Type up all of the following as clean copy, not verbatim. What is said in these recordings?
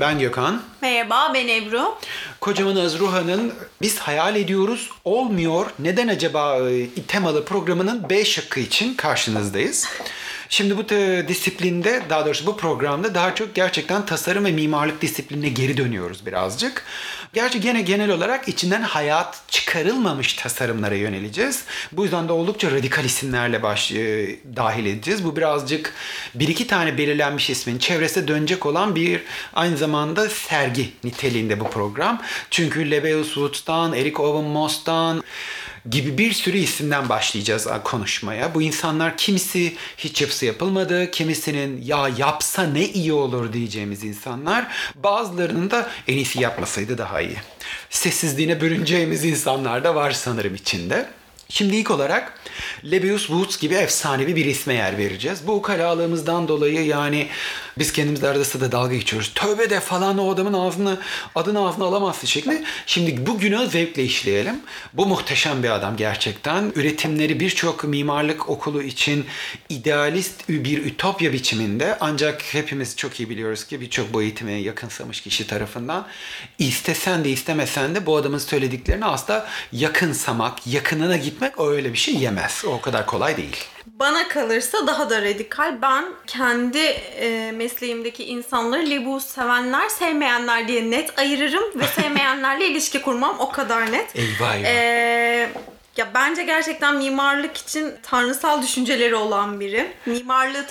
Ben Gökhan. Merhaba, ben Ebru. Kocaman Azruha'nın Biz Hayal Ediyoruz Olmuyor Neden Acaba temalı programının B şıkkı için karşınızdayız. Şimdi bu disiplinde, daha doğrusu bu programda daha çok gerçekten tasarım ve mimarlık disiplinine geri dönüyoruz birazcık. Gerçi gene genel olarak içinden hayat çıkarılmamış tasarımlara yöneleceğiz. Bu yüzden de oldukça radikal isimlerle dahil edeceğiz. Bu birazcık bir iki tane belirlenmiş ismin çevresine dönecek olan bir aynı zamanda sergi niteliğinde bu program. Çünkü Lebbeus Woods'tan, Eric Owen Moss'tan gibi bir sürü isimden başlayacağız konuşmaya. Bu insanlar kimisi hiç yapısı yapılmadı, kimisinin ya yapsa ne iyi olur diyeceğimiz insanlar. Bazılarının da en iyisi yapmasaydı daha iyi. Sessizliğine bürüneceğimiz insanlar da var sanırım içinde. Şimdi ilk olarak Lebbeus Woods gibi efsanevi bir isme yer vereceğiz. Bu ukalalığımızdan dolayı yani biz kendimizle arada sırada dalga geçiyoruz. Tövbe de falan o adamın adını ağzına alamazsın şeklinde. Şimdi bu günahı zevkle işleyelim. Bu muhteşem bir adam gerçekten. Üretimleri birçok mimarlık okulu için idealist bir ütopya biçiminde. Ancak hepimiz çok iyi biliyoruz ki birçok bu eğitime yakınsamış kişi tarafından istesen de istemesen de bu adamın söylediklerini asla yakınsamak, yakınına gitmek öyle bir şey yemez. O kadar kolay değil. Bana kalırsa daha da radikal. Ben kendi mesleğimdeki insanları Lebbeus sevenler, sevmeyenler diye net ayırırım ve sevmeyenlerle ilişki kurmam o kadar net. Eyvah eyvah. Ya bence gerçekten mimarlık için tanrısal düşünceleri olan biri. Mimarlığı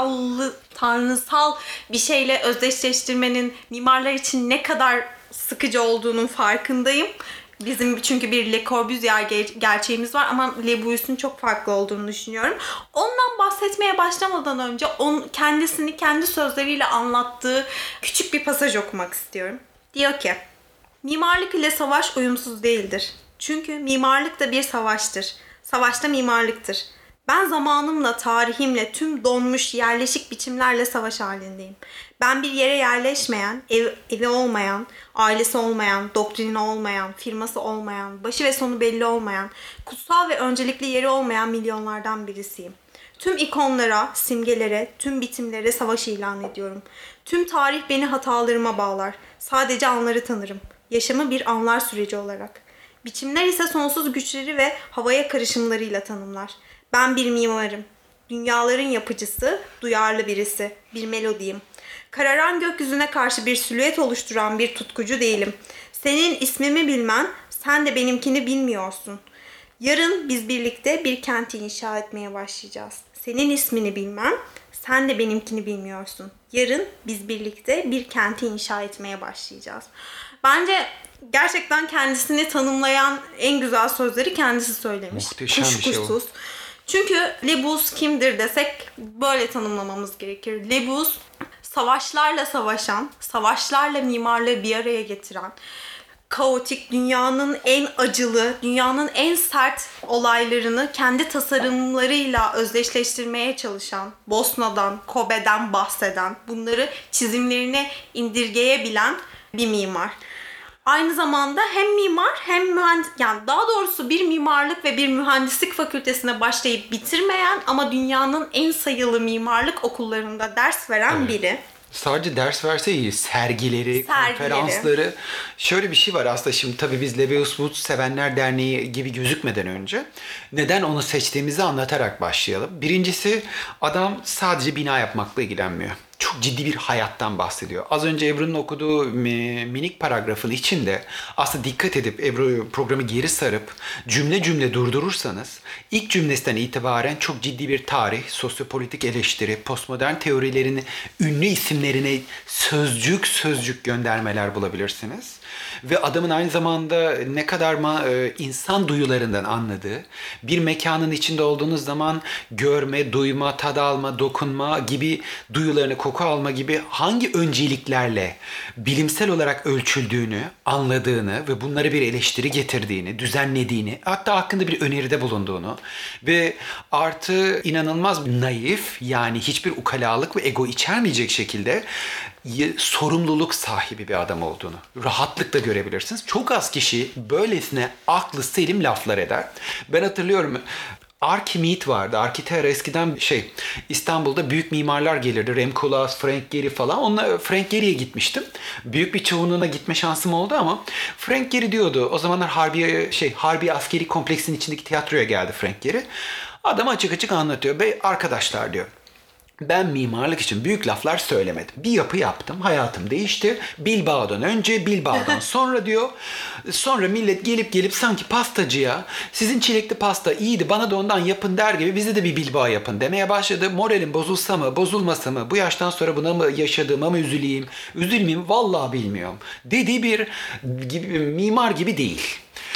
tanrısal bir şeyle özdeşleştirmenin mimarlar için ne kadar sıkıcı olduğunun farkındayım. Bizim çünkü bir Le Corbusier gerçeğimiz var ama Lebbeus'un çok farklı olduğunu düşünüyorum. Ondan bahsetmeye başlamadan önce kendisini kendi sözleriyle anlattığı küçük bir pasaj okumak istiyorum. Diyor ki, mimarlık ile savaş uyumsuz değildir. Çünkü mimarlık da bir savaştır. Savaş da mimarlıktır. Ben zamanımla, tarihimle, tüm donmuş, yerleşik biçimlerle savaş halindeyim. Ben bir yere yerleşmeyen, evi olmayan, ailesi olmayan, doktrini olmayan, firması olmayan, başı ve sonu belli olmayan, kutsal ve öncelikli yeri olmayan milyonlardan birisiyim. Tüm ikonlara, simgelere, tüm bitimlere savaş ilan ediyorum. Tüm tarih beni hatalarıma bağlar. Sadece anları tanırım. Yaşamı bir anlar süreci olarak. Biçimler ise sonsuz güçleri ve havaya karışımlarıyla tanımlar. Ben bir mimarım. Dünyaların yapıcısı, duyarlı birisi, bir melodiyim. Kararan gökyüzüne karşı bir silüet oluşturan bir tutkucu değilim. Senin ismimi bilmen, sen de benimkini bilmiyorsun. Yarın biz birlikte bir kenti inşa etmeye başlayacağız. Senin ismini bilmem, sen de benimkini bilmiyorsun. Yarın biz birlikte bir kenti inşa etmeye başlayacağız. Bence gerçekten kendisini tanımlayan en güzel sözleri kendisi söylemiş. Muhteşem bir şey o. Çünkü Lebbeus kimdir desek böyle tanımlamamız gerekir. Lebbeus savaşlarla savaşan, savaşlarla mimarlığı bir araya getiren, kaotik, dünyanın en acılı, dünyanın en sert olaylarını kendi tasarımlarıyla özdeşleştirmeye çalışan, Bosna'dan, Kobe'den bahseden, bunları çizimlerine indirgeyebilen bir mimar. Aynı zamanda hem mimar hem mühendis, yani daha doğrusu bir mimarlık ve bir mühendislik fakültesine başlayıp bitirmeyen ama dünyanın en sayılı mimarlık okullarında ders veren biri. Sadece ders verse iyi. Sergileri, konferansları. Şöyle bir şey var aslında şimdi tabii biz Lebbeus Woods Sevenler Derneği gibi gözükmeden önce neden onu seçtiğimizi anlatarak başlayalım. Birincisi adam sadece bina yapmakla ilgilenmiyor. Çok ciddi bir hayattan bahsediyor. Az önce Ebru'nun okuduğu minik paragrafın içinde aslında dikkat edip Ebru programı geri sarıp cümle cümle durdurursanız ilk cümlesinden itibaren çok ciddi bir tarih, sosyopolitik eleştiri, postmodern teorilerin ünlü isimlerine sözcük göndermeler bulabilirsiniz. Ve adamın aynı zamanda ne kadar insan duyularından anladığı, bir mekanın içinde olduğunuz zaman görme, duyma, tad alma, dokunma gibi duyularını, koku alma gibi hangi önceliklerle bilimsel olarak ölçüldüğünü, anladığını ve bunları bir eleştiri getirdiğini, düzenlediğini, hatta hakkında bir öneride bulunduğunu ve artı inanılmaz naif, yani hiçbir ukalalık ve ego içermeyecek şekilde sorumluluk sahibi bir adam olduğunu rahatlıkla görebilirsiniz. Çok az kişi böylesine aklı selim laflar eder. Ben hatırlıyorum Archimede vardı. Architectura eskiden İstanbul'da büyük mimarlar gelirdi. Rem Koolhaas, Frank Gehry falan. Frank Gehry'ye gitmiştim. Büyük bir çoğunluğuna gitme şansım oldu ama Frank Gehry diyordu. O zamanlar Harbi Askeri Kompleks'in içindeki tiyatroya geldi Frank Gehry. Adam açık açık anlatıyor. Bey arkadaşlar diyor. Ben mimarlık için büyük laflar söylemedim. Bir yapı yaptım. Hayatım değişti. Bilbao'dan önce, Bilbao'dan sonra diyor. Sonra millet gelip sanki pastacıya sizin çilekli pasta iyiydi bana da ondan yapın der gibi bize de bir Bilbao yapın demeye başladı. Moralim bozulsa mı, bozulmasa mı, bu yaştan sonra buna mı yaşadığıma mı üzülmeyeyim vallahi bilmiyorum. Dediği bir mimar gibi değil.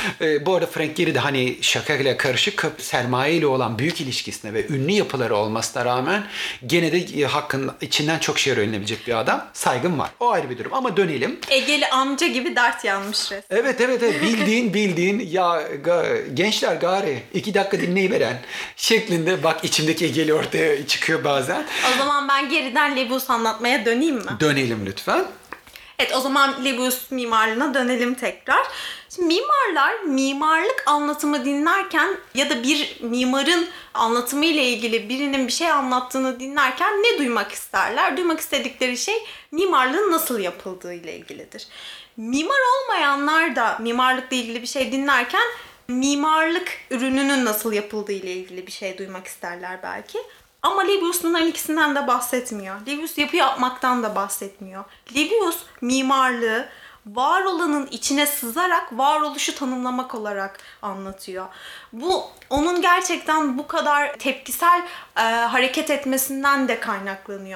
Bu arada Frank Gehry de hani şakayla karışık sermaye ile olan büyük ilişkisine ve ünlü yapıları olmasına rağmen gene de hakkın içinden çok şey öğrenilebilecek bir adam. Saygım var. O ayrı bir durum ama dönelim. Egeli amca gibi dert yanmış resmen. Evet bildiğin ya gençler gari 2 dakika dinleyiveren şeklinde bak içimdeki Egeli ortaya çıkıyor bazen. O zaman ben geriden Lebus anlatmaya döneyim mi? Dönelim lütfen. Evet o zaman Lebus mimarlığına dönelim tekrar. Şimdi mimarlar mimarlık anlatımı dinlerken ya da bir mimarın anlatımı ile ilgili birinin bir şey anlattığını dinlerken ne duymak isterler? Duymak istedikleri şey mimarlığın nasıl yapıldığı ile ilgilidir. Mimar olmayanlar da mimarlıkla ilgili bir şey dinlerken mimarlık ürününün nasıl yapıldığı ile ilgili bir şey duymak isterler belki. Ama Livius bunların ikisinden de bahsetmiyor. Livius yapı yapmaktan da bahsetmiyor. Livius mimarlığı var olanın içine sızarak varoluşu tanımlamak olarak anlatıyor. Bu onun gerçekten bu kadar tepkisel hareket etmesinden de kaynaklanıyor.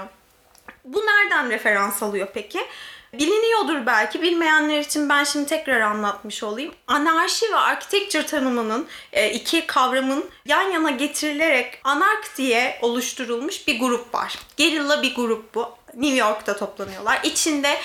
Bu nereden referans alıyor peki? Biliniyordur belki. Bilmeyenler için ben şimdi tekrar anlatmış olayım. Anarşi ve architecture tanımının iki kavramın yan yana getirilerek anark diye oluşturulmuş bir grup var. Gerilla bir grup bu. New York'ta toplanıyorlar. İçinde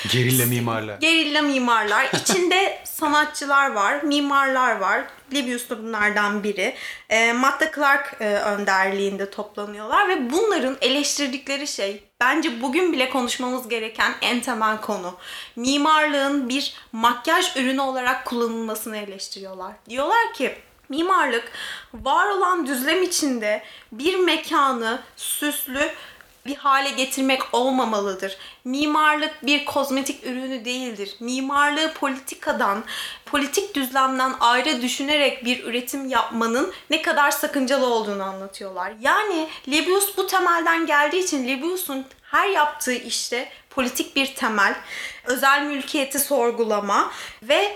gerilla mimarlar. İçinde sanatçılar var, mimarlar var. Livius da bunlardan biri. Matta Clark önderliğinde toplanıyorlar ve bunların eleştirdikleri şey bence bugün bile konuşmamız gereken en temel konu. Mimarlığın bir makyaj ürünü olarak kullanılmasını eleştiriyorlar. Diyorlar ki mimarlık var olan düzlem içinde bir mekanı süslü bir hale getirmek olmamalıdır. Mimarlık bir kozmetik ürünü değildir. Mimarlığı politikadan, politik düzlemden ayrı düşünerek bir üretim yapmanın ne kadar sakıncalı olduğunu anlatıyorlar. Yani Livius bu temelden geldiği için Livius'un her yaptığı işte politik bir temel, özel mülkiyeti sorgulama ve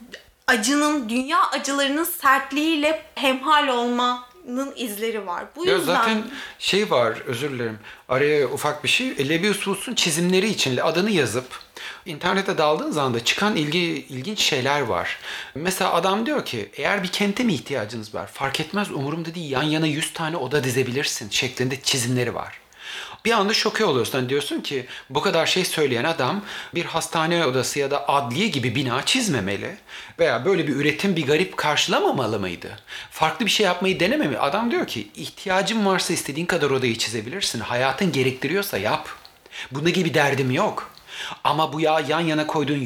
dünya acılarının sertliğiyle hemhal olmanın izleri var. Bu yüzden zaten var, özür dilerim. Araya ufak bir şey. Livius çizimleri için adını yazıp internete daldığın zaman da çıkan ilginç şeyler var. Mesela adam diyor ki eğer bir kente mi ihtiyacınız var? Fark etmez umurumda değil. Yan yana 100 tane oda dizebilirsin şeklinde çizimleri var. Bir anda şoke oluyorsun. Hani diyorsun ki bu kadar şey söyleyen adam bir hastane odası ya da adliye gibi bina çizmemeli. Veya böyle bir üretim bir garip karşılamamalı mıydı? Farklı bir şey yapmayı denememeli. Adam diyor ki ihtiyacın varsa istediğin kadar odayı çizebilirsin. Hayatın gerektiriyorsa yap. Bunda gibi derdim yok. Ama bu yan yana koyduğun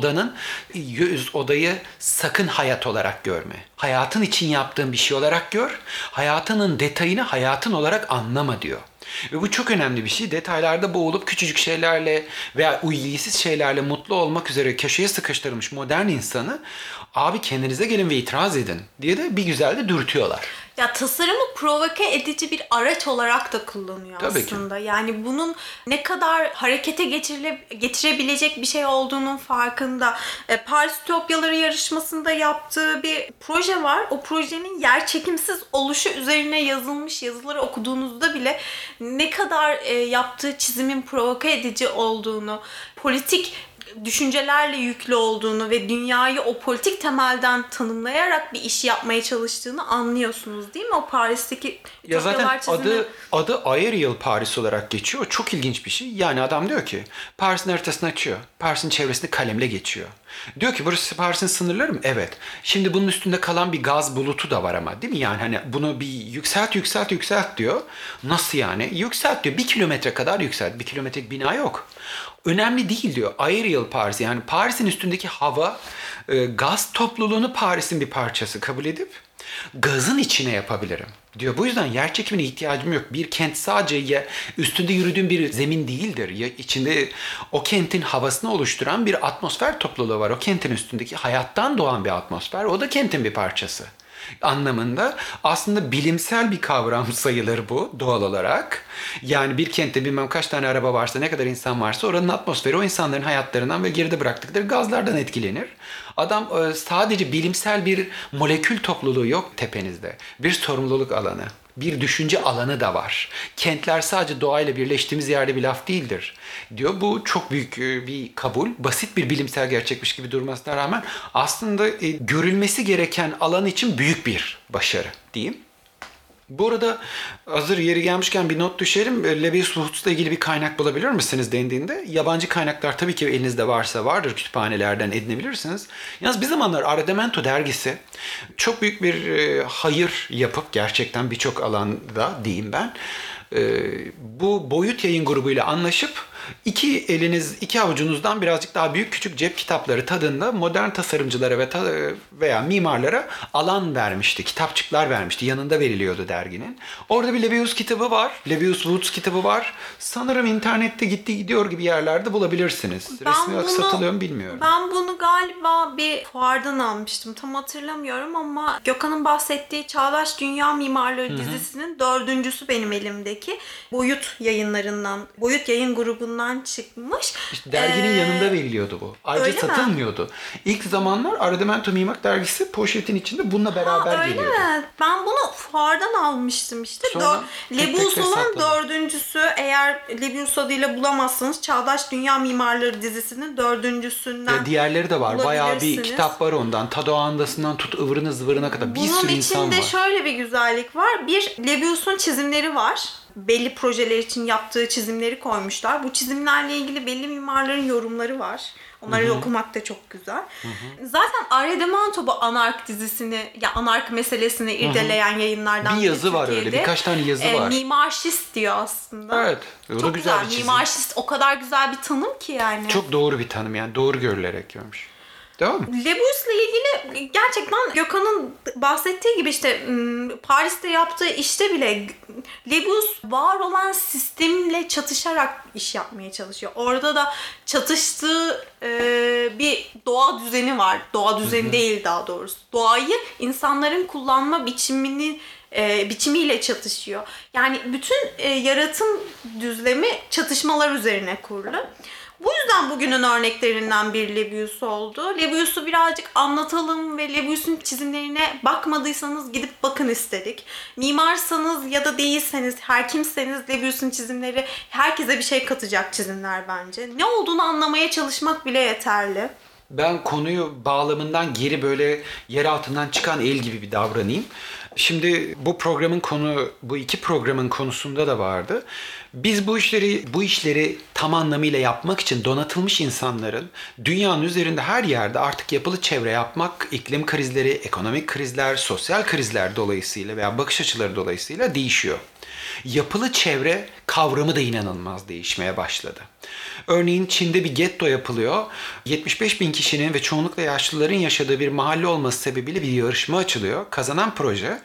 100 odayı sakın hayat olarak görme. Hayatın için yaptığın bir şey olarak gör. Hayatının detayını hayatın olarak anlama diyor. Ve bu çok önemli bir şey. Detaylarda boğulup küçücük şeylerle veya ilgisiz şeylerle mutlu olmak üzere köşeye sıkıştırılmış modern insanı abi kendinize gelin ve itiraz edin diye de bir güzel de dürtüyorlar. Ya tasarımı provoke edici bir araç olarak da kullanıyor Tabii aslında. Ki. Yani bunun ne kadar harekete getirebilecek bir şey olduğunun farkında. Paris Ütopyaları yarışmasında yaptığı bir proje var. O projenin yerçekimsiz oluşu üzerine yazılmış yazıları okuduğunuzda bile ne kadar yaptığı çizimin provoke edici olduğunu, politik düşüncelerle yüklü olduğunu ve dünyayı o politik temelden tanımlayarak bir iş yapmaya çalıştığını anlıyorsunuz değil mi? O Paris'teki ya zaten adı Aerial Paris olarak geçiyor. O çok ilginç bir şey. Yani adam diyor ki Paris'in haritasını açıyor. Paris'in çevresini kalemle geçiyor. Diyor ki burası Paris'in sınırları mı? Evet. Şimdi bunun üstünde kalan bir gaz bulutu da var ama değil mi? Yani hani bunu bir yükselt diyor. Nasıl yani? Yükselt diyor. 1 kilometre kadar yükselt. 1 kilometrelik bina yok. Önemli değil diyor. Aerial Paris yani Paris'in üstündeki hava gaz topluluğunu Paris'in bir parçası kabul edip Gazın içine yapabilirim diyor. Bu yüzden yer çekimine ihtiyacım yok. Bir kent sadece üstünde yürüdüğüm bir zemin değildir. Ya içinde o kentin havasını oluşturan bir atmosfer topluluğu var. O kentin üstündeki hayattan doğan bir atmosfer. O da kentin bir parçası anlamında. Aslında bilimsel bir kavram sayılır bu doğal olarak. Yani bir kentte bilmem kaç tane araba varsa, ne kadar insan varsa oranın atmosferi o insanların hayatlarından ve geride bıraktıkları gazlardan etkilenir. Adam sadece bilimsel bir molekül topluluğu yok tepenizde. Bir sorumluluk alanı, bir düşünce alanı da var. Kentler sadece doğayla birleştiğimiz yerde bir laf değildir diyor. Bu çok büyük bir kabul. Basit bir bilimsel gerçekmiş gibi durmasına rağmen aslında görülmesi gereken alan için büyük bir başarı diyeyim. Bu arada hazır yeri gelmişken bir not düşerim. Lebesgue-Woods'la ilgili bir kaynak bulabilir misiniz dendiğinde? Yabancı kaynaklar tabii ki elinizde varsa vardır, kütüphanelerden edinebilirsiniz. Yalnız bir zamanlar Ardamento dergisi çok büyük bir hayır yapıp gerçekten birçok alanda diyeyim ben. Bu Boyut Yayın grubuyla anlaşıp iki avucunuzdan birazcık daha büyük küçük cep kitapları tadında modern tasarımcılara veya mimarlara alan vermişti. Kitapçıklar vermişti. Yanında veriliyordu derginin. Orada bir Lebesgue kitabı var. Lebesgue-Woods kitabı var. Sanırım internette gidiyor gibi yerlerde bulabilirsiniz. Resmi olarak satılıyor mu bilmiyorum. Ben bunu galiba bir fuardan almıştım. Tam hatırlamıyorum ama Gökhan'ın bahsettiği Çağdaş Dünya Mimarları dizisinin 4.'sü benim elimdeki. Boyut yayınlarından, Boyut Yayın grubundan çıkmış. İşte derginin yanında veriliyordu bu. Ayrıca satılmıyordu. Mi? İlk zamanlar Ardamento Mimar dergisi poşetin içinde bununla beraber öyle geliyordu. Mi? Ben bunu fuardan almıştım işte. Lebesgue'un 4.'sü, eğer Lebesgue adıyla bulamazsanız Çağdaş Dünya Mimarları dizisinin 4.'sünden diğerleri de var. Bayağı bir kitap var ondan. Tado Andas'ından tut ıvırına zıvırına kadar bir sürü insan var. Bunun içinde şöyle bir güzellik var. Bir, Lebesgue'un çizimleri var. Belli projeler için yaptığı çizimleri koymuşlar. Bu çizimlerle ilgili belli mimarların yorumları var. Onları okumak da çok güzel. Zaten Ardamento bu Anark dizisini, ya Anark meselesini irdeleyen yayınlardan bir yazı var öyle. Birkaç tane yazı var. Mimarşist diyor aslında. Evet. O da çok güzel bir çizim. Mimarşist o kadar güzel bir tanım ki yani. Çok doğru bir tanım yani. Doğru görülerek görmüş. Devam. Lebesgue'la ilgili gerçekten Gökhan'ın bahsettiği gibi işte Paris'te yaptığı işte bile Lebesgue var olan sistemle çatışarak iş yapmaya çalışıyor. Orada da çatıştığı bir doğa düzeni var. Doğa düzeni değil daha doğrusu. Doğayı insanların kullanma biçimiyle çatışıyor. Yani bütün yaratım düzlemi çatışmalar üzerine kurulu. Bu yüzden bugünün örneklerinden bir Lebesgue oldu. Lebesgue'u birazcık anlatalım ve Lebesgue'un çizimlerine bakmadıysanız gidip bakın istedik. Mimarsanız ya da değilseniz, her kimseniz Lebesgue'un çizimleri herkese bir şey katacak çizimler bence. Ne olduğunu anlamaya çalışmak bile yeterli. Ben konuyu bağlamından geri böyle yer altından çıkan el gibi bir davranayım. Şimdi bu iki programın konusunda da vardı. Biz bu işleri tam anlamıyla yapmak için donatılmış insanların dünyanın üzerinde her yerde artık yapılı çevre yapmak, iklim krizleri, ekonomik krizler, sosyal krizler dolayısıyla veya bakış açıları dolayısıyla değişiyor. Yapılı çevre kavramı da inanılmaz değişmeye başladı. Örneğin Çin'de bir getto yapılıyor. 75 bin kişinin ve çoğunlukla yaşlıların yaşadığı bir mahalle olması sebebiyle bir yarışma açılıyor. Kazanan proje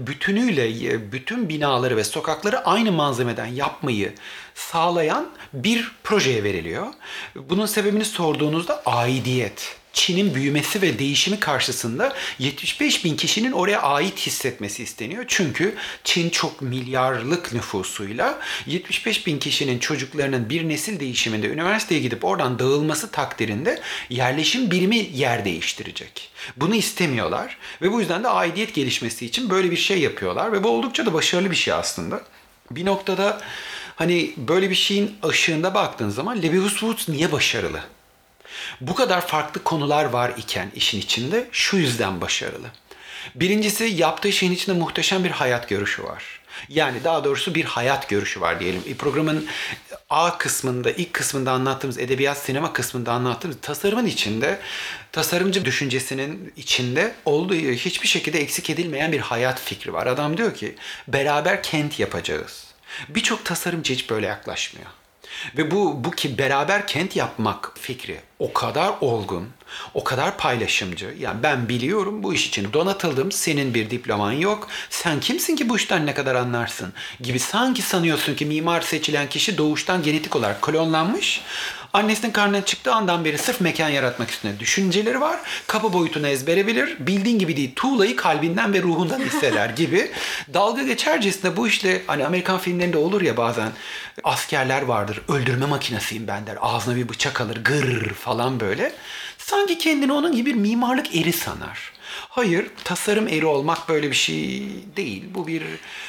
bütün binaları ve sokakları aynı malzemeden yapmayı sağlayan bir projeye veriliyor. Bunun sebebini sorduğunuzda aidiyet. Çin'in büyümesi ve değişimi karşısında 75 bin kişinin oraya ait hissetmesi isteniyor. Çünkü Çin çok milyarlık nüfusuyla 75 bin kişinin çocuklarının bir nesil değişiminde üniversiteye gidip oradan dağılması takdirinde yerleşim birimi yer değiştirecek. Bunu istemiyorlar ve bu yüzden de aidiyet gelişmesi için böyle bir şey yapıyorlar ve bu oldukça da başarılı bir şey aslında. Bir noktada hani böyle bir şeyin ışığında baktığın zaman Lebesgue niye başarılı? Bu kadar farklı konular var iken işin içinde şu yüzden başarılı. Birincisi yaptığı şeyin içinde muhteşem bir hayat görüşü var. Yani daha doğrusu bir hayat görüşü var diyelim. Programın ilk kısmında anlattığımız edebiyat sinema kısmında anlattığımız tasarımın içinde, tasarımcı düşüncesinin içinde olduğu hiçbir şekilde eksik edilmeyen bir hayat fikri var. Adam diyor ki beraber kent yapacağız. Birçok tasarımcı hiç böyle yaklaşmıyor. Ve bu ki beraber kent yapmak fikri o kadar olgun, o kadar paylaşımcı. Yani ben biliyorum bu iş için donatıldım, senin bir diploman yok, sen kimsin ki bu işten ne kadar anlarsın gibi sanki sanıyorsun ki mimar seçilen kişi doğuştan genetik olarak klonlanmış. Annesinin karnından çıktığı andan beri sırf mekan yaratmak üstüne düşünceleri var. Kapı boyutunu ezbere bilir. Bildiğin gibi değil, tuğlayı kalbinden ve ruhundan hisseder gibi. Dalga geçercesine bu işle hani Amerikan filmlerinde olur ya bazen askerler vardır. Öldürme makinesiyim ben der. Ağzına bir bıçak alır gırr falan böyle. Sanki kendini onun gibi bir mimarlık eri sanar. Hayır, tasarım eri olmak böyle bir şey değil. Bu bir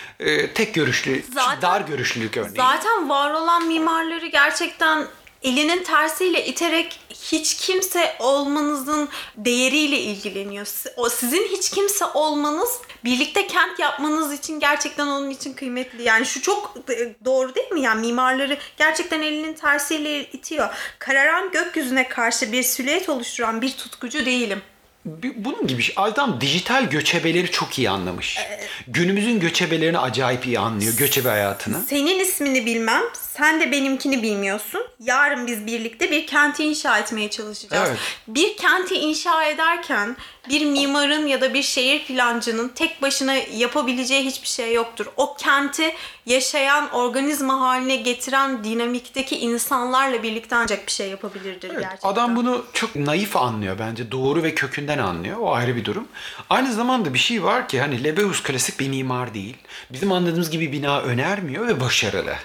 tek görüşlü, dar görüşlülük örneği. Zaten var olan mimarları gerçekten elinin tersiyle iterek hiç kimse olmanızın değeriyle ilgileniyor. O sizin hiç kimse olmanız birlikte kent yapmanız için gerçekten onun için kıymetli. Yani şu çok doğru değil mi? Yani mimarları gerçekten elinin tersiyle itiyor. Kararan gökyüzüne karşı bir silüet oluşturan bir tutkucu değilim. Bunun gibi adam dijital göçebeleri çok iyi anlamış. Günümüzün göçebelerini acayip iyi anlıyor, göçebe hayatını. Senin ismini bilmem, sen de benimkini bilmiyorsun. Yarın biz birlikte bir kenti inşa etmeye çalışacağız. Evet. Bir kenti inşa ederken bir mimarın ya da bir şehir plancının tek başına yapabileceği hiçbir şey yoktur. O kenti yaşayan, organizma haline getiren dinamikteki insanlarla birlikte ancak bir şey yapabilirdir gerçekten. Adam bunu çok naif anlıyor bence. Doğru ve kökünden anlıyor. O ayrı bir durum. Aynı zamanda bir şey var ki hani Lebesgue klasik bir mimar değil. Bizim anladığımız gibi bina önermiyor ve başarılı.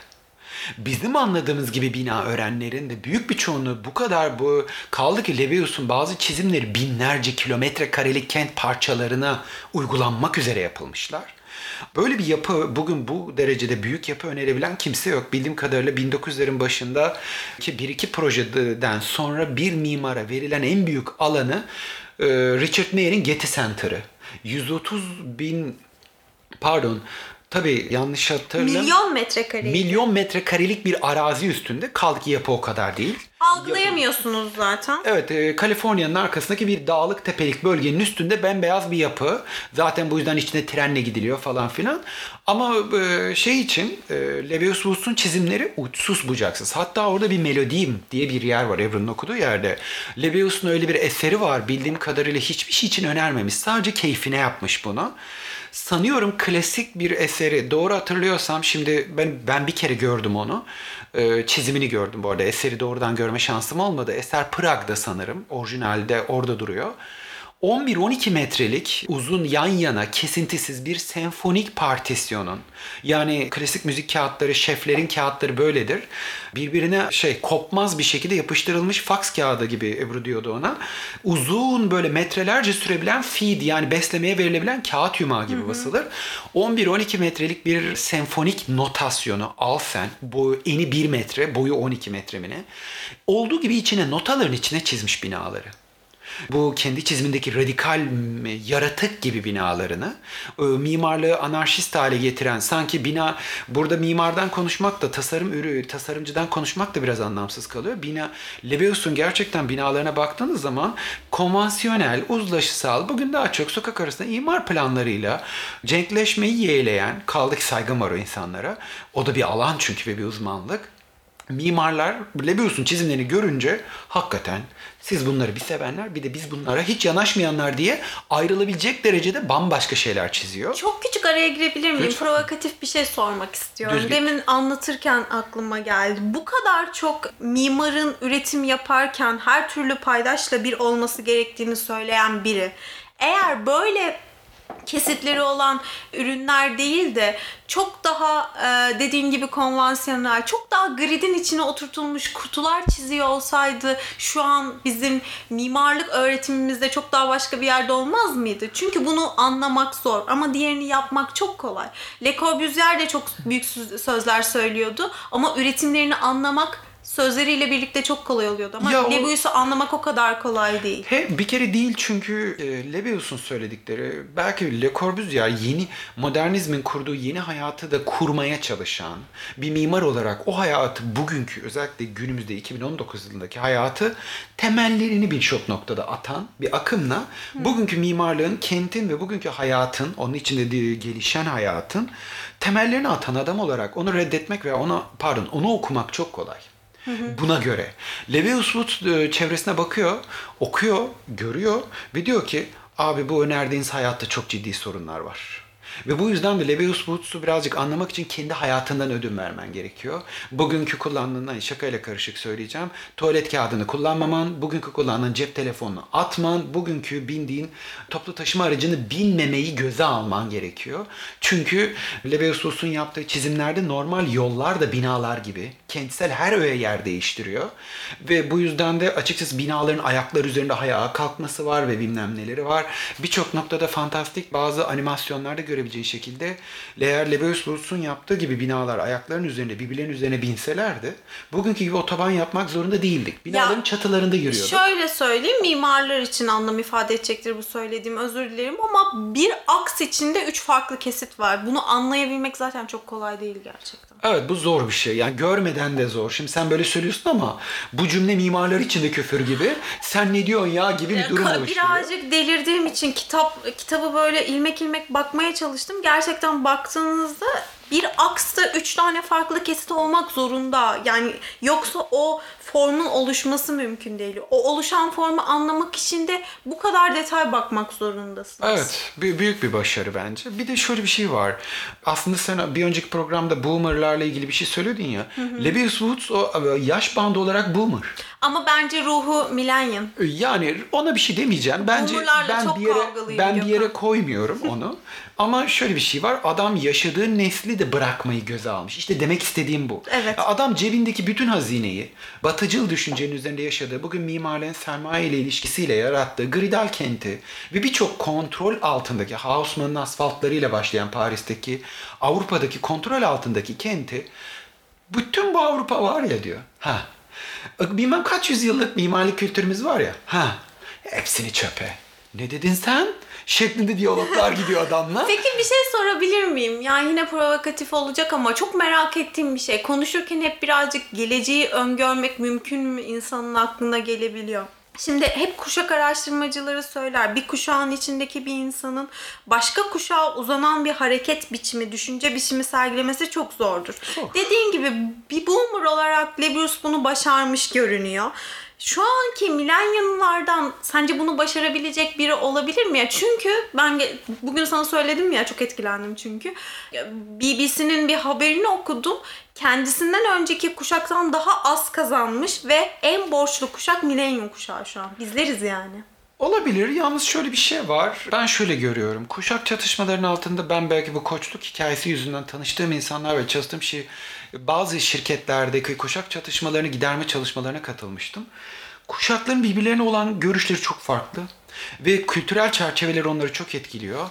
Bizim anladığımız gibi bina öğrenlerin de büyük bir çoğunluğu bu kadar kaldı ki Lebesgue'un bazı çizimleri binlerce kilometre karelik kent parçalarına uygulanmak üzere yapılmışlar. Böyle bir yapı bugün bu derecede büyük yapı önerebilen kimse yok. Bildiğim kadarıyla 1900'lerin başında ki bir iki projeden sonra bir mimara verilen en büyük alanı Richard Mayer'in Getty Center'ı. 130 bin tabii yanlış hatırlamıyorum. Milyon metrekarelik bir arazi üstünde. Kaldı ki yapı o kadar değil. Algılayamıyorsunuz zaten. Evet, Kaliforniya'nın arkasındaki bir dağlık tepelik bölgenin üstünde bembeyaz bir yapı. Zaten bu yüzden içinde trenle gidiliyor falan filan. Ama Lebesgue'un çizimleri uçsuz bucaksız. Hatta orada bir Melodiyim diye bir yer var Evren'in okuduğu yerde. Lebesgue'un öyle bir eseri var. Bildiğim kadarıyla hiçbir şey için önermemiş. Sadece keyfine yapmış bunu. Sanıyorum klasik bir eseri. Doğru hatırlıyorsam şimdi ben bir kere gördüm onu. Çizimini gördüm bu arada. Eseri doğrudan görme şansım olmadı. Eser Prag'da sanırım. Orijinalde orada duruyor. 11-12 metrelik uzun yan yana kesintisiz bir senfonik partisyonun, yani klasik müzik kağıtları, şeflerin kağıtları böyledir. Birbirine kopmaz bir şekilde yapıştırılmış faks kağıdı gibi Ebru diyordu ona. Uzun böyle metrelerce sürebilen feed, yani beslemeye verilebilen kağıt yumağı gibi basılır. 11-12 metrelik bir senfonik notasyonu al sen. Eni 1 metre, boyu 12 metre mi ne? Olduğu gibi içine, notaların içine çizmiş binaları. Bu kendi çizimindeki radikal yaratık gibi binalarını mimarlığı anarşist hale getiren, sanki bina, burada mimardan konuşmak da tasarımcıdan konuşmak da biraz anlamsız kalıyor. Lebesgue'un gerçekten binalarına baktığınız zaman konvansiyonel, uzlaşısal, bugün daha çok sokak arasında imar planlarıyla cenkleşmeyi yeğleyen, kaldı ki saygım var o insanlara. O da bir alan çünkü ve bir uzmanlık. Mimarlar Lebesgue'un çizimlerini görünce hakikaten siz bunları bir sevenler, bir de biz bunlara hiç yanaşmayanlar diye ayrılabilecek derecede bambaşka şeyler çiziyor. Çok küçük araya girebilir miyim? Lütfen. Provokatif bir şey sormak istiyorum. Demin anlatırken aklıma geldi. Bu kadar çok mimarın üretim yaparken her türlü paydaşla bir olması gerektiğini söyleyen biri, eğer böyle kesitleri olan ürünler değil de çok daha dediğin gibi konvansiyonel, çok daha gridin içine oturtulmuş kutular çiziyor olsaydı şu an bizim mimarlık öğretimimizde çok daha başka bir yerde olmaz mıydı? Çünkü bunu anlamak zor ama diğerini yapmak çok kolay. Le Corbusier de çok büyük sözler söylüyordu ama üretimlerini anlamak sözleriyle birlikte çok kolay oluyordu ama Lebesgue'u anlamak o kadar kolay değil. Bir kere değil, çünkü Lebesgue'un söyledikleri, belki Le Corbusier yeni modernizmin kurduğu yeni hayatı da kurmaya çalışan bir mimar olarak o hayatı, bugünkü özellikle günümüzde 2019 yılındaki hayatı temellerini birçok noktada atan bir akımla bugünkü mimarlığın, kentin ve bugünkü hayatın, onun içinde gelişen hayatın temellerini atan adam olarak onu reddetmek veya onu okumak çok kolay. Buna göre. Levi Strauss çevresine bakıyor, okuyor, görüyor ve diyor ki abi bu önerdiğiniz hayatta çok ciddi sorunlar var. Ve bu yüzden de Levi Strauss'u birazcık anlamak için kendi hayatından ödün vermen gerekiyor. Bugünkü kullandığın, hani şakayla karışık söyleyeceğim, tuvalet kağıdını kullanmaman, bugünkü kullandığın cep telefonunu atman, bugünkü bindiğin toplu taşıma aracını binmemeyi göze alman gerekiyor. Çünkü Levi Strauss'un yaptığı çizimlerde normal yollar da binalar gibi kentsel her öğe yer değiştiriyor. Ve bu yüzden de açıkçası binaların ayakları üzerinde ayağa kalkması var ve bilmem neleri var. Birçok noktada fantastik bazı animasyonlarda görebileceğin şekilde eğer Levi Strauss'un yaptığı gibi binalar ayaklarının üzerinde birbirlerinin üzerine binselerdi bugünkü gibi otoban yapmak zorunda değildik. Binaların çatılarında yürüyorduk. Şöyle söyleyeyim, mimarlar için anlam ifade edecektir bu söylediğim, özür dilerim, ama bir aks içinde 3 farklı kesit var. Bunu anlayabilmek zaten çok kolay değil gerçekten. Evet, bu zor bir şey. Yani görmeden de zor. Şimdi sen böyle söylüyorsun ama bu cümle mimarlar için de küfür gibi. Sen ne diyorsun ya gibi bir durum oluşturuyor. Birazcık delirdiğim için kitabı böyle ilmek ilmek bakmaya çalıştım. Gerçekten baktığınızda bir aksta 3 tane farklı kesit olmak zorunda. Yani yoksa o formun oluşması mümkün değil. O oluşan formu anlamak için de bu kadar detay bakmak zorundasınız. Evet, büyük bir başarı bence. Bir de şöyle bir şey var. Aslında sen bir önceki programda boomerlarla ilgili bir şey söylüyordun ya. Levi Strauss o yaş bandı olarak boomer. Ama bence ruhu millennium. Yani ona bir şey demeyeceğim. Bence ben bir yere koymuyorum onu. Ama şöyle bir şey var. Adam yaşadığı nesli de bırakmayı göze almış. İşte demek istediğim bu. Evet. Adam cebindeki bütün hazineyi, batıcıl düşüncenin üzerinde yaşadığı, bugün mimarlığın sermaye ile ilişkisiyle yarattığı Gridal kenti ve birçok kontrol altındaki, Haussmann'ın asfaltlarıyla başlayan Paris'teki, Avrupa'daki kontrol altındaki kenti, bütün bu Avrupa var ya diyor. Bilmem kaç yüzyıllık mimarlık kültürümüz var ya. Hepsini çöpe. Ne dedin sen? Şeklinde diyaloglar gidiyor adamla. Peki bir şey sorabilir miyim? Yani yine provokatif olacak ama çok merak ettiğim bir şey. Konuşurken hep birazcık geleceği öngörmek mümkün mü insanın aklına gelebiliyor. Şimdi hep kuşak araştırmacıları söyler. Bir kuşağın içindeki bir insanın başka kuşağa uzanan bir hareket biçimi, düşünce biçimi sergilemesi çok zordur. Dediğin gibi bir boomer olarak Levius bunu başarmış görünüyor. Şu anki milenyumlardan sence bunu başarabilecek biri olabilir mi? Çünkü ben bugün sana söyledim ya, çok etkilendim çünkü. BBC'nin bir haberini okudum. Kendisinden önceki kuşaktan daha az kazanmış ve en borçlu kuşak milenyum kuşağı şu an. Bizleriz yani. Olabilir. Yalnız şöyle bir şey var. Ben şöyle görüyorum. Kuşak çatışmalarının altında ben belki bu koçluk hikayesi yüzünden tanıştığım insanlar ve çalıştığım bazı şirketlerdeki kuşak çatışmalarını giderme çalışmalarına katılmıştım. Kuşakların birbirlerine olan görüşleri çok farklı. Ve kültürel çerçeveler onları çok etkiliyor.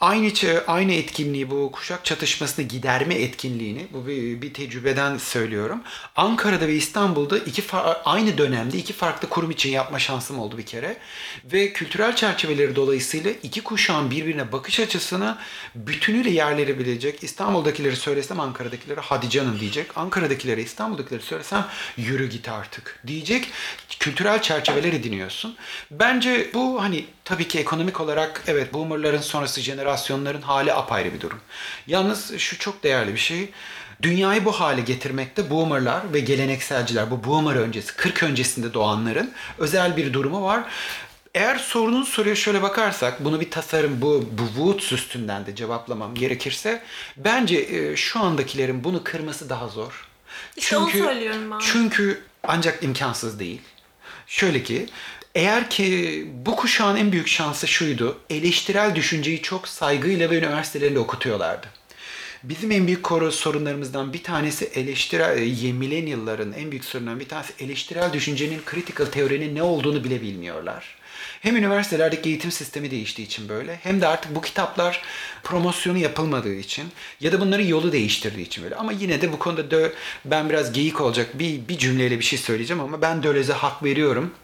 Aynı etkinliği, bu kuşak çatışmasını giderme etkinliğini, bu bir tecrübeden söylüyorum. Ankara'da ve İstanbul'da aynı dönemde iki farklı kurum için yapma şansım oldu bir kere. Ve kültürel çerçeveleri dolayısıyla iki kuşağın birbirine bakış açısını bütünüyle yerleyebilecek. İstanbul'dakileri söylesem Ankara'dakilere hadi canım diyecek. Ankara'dakilere İstanbul'dakileri söylesem yürü git artık diyecek. Kültürel çerçeveler ediniyorsun. Bence bu tabii ki ekonomik olarak evet boomerların sonrası jenerasyonların hali apayrı bir durum. Yalnız şu çok değerli bir şey. Dünyayı bu hale getirmekte boomerlar ve gelenekselciler, bu boomer öncesi, 40 öncesinde doğanların özel bir durumu var. Eğer soruya şöyle bakarsak, bunu bir tasarım, bu Woods üstünden de cevaplamam gerekirse, bence şu andakilerin bunu kırması daha zor. İşte onu söylüyorum ben. Çünkü ancak imkansız değil. Şöyle ki, eğer ki bu kuşağın en büyük şansı şuydu, eleştirel düşünceyi çok saygıyla ve üniversitelerinde okutuyorlardı. Bizim en büyük sorunlarımızdan bir tanesi millennial'ların en büyük sorunlarından bir tanesi eleştirel düşüncenin, critical teorinin ne olduğunu bile bilmiyorlar. Hem üniversitelerdeki eğitim sistemi değiştiği için böyle, hem de artık bu kitaplar promosyonu yapılmadığı için ya da bunların yolu değiştirdiği için böyle. Ama yine de bu konuda ben biraz geyik olacak bir cümleyle bir şey söyleyeceğim ama ben Döloz'e hak veriyorum.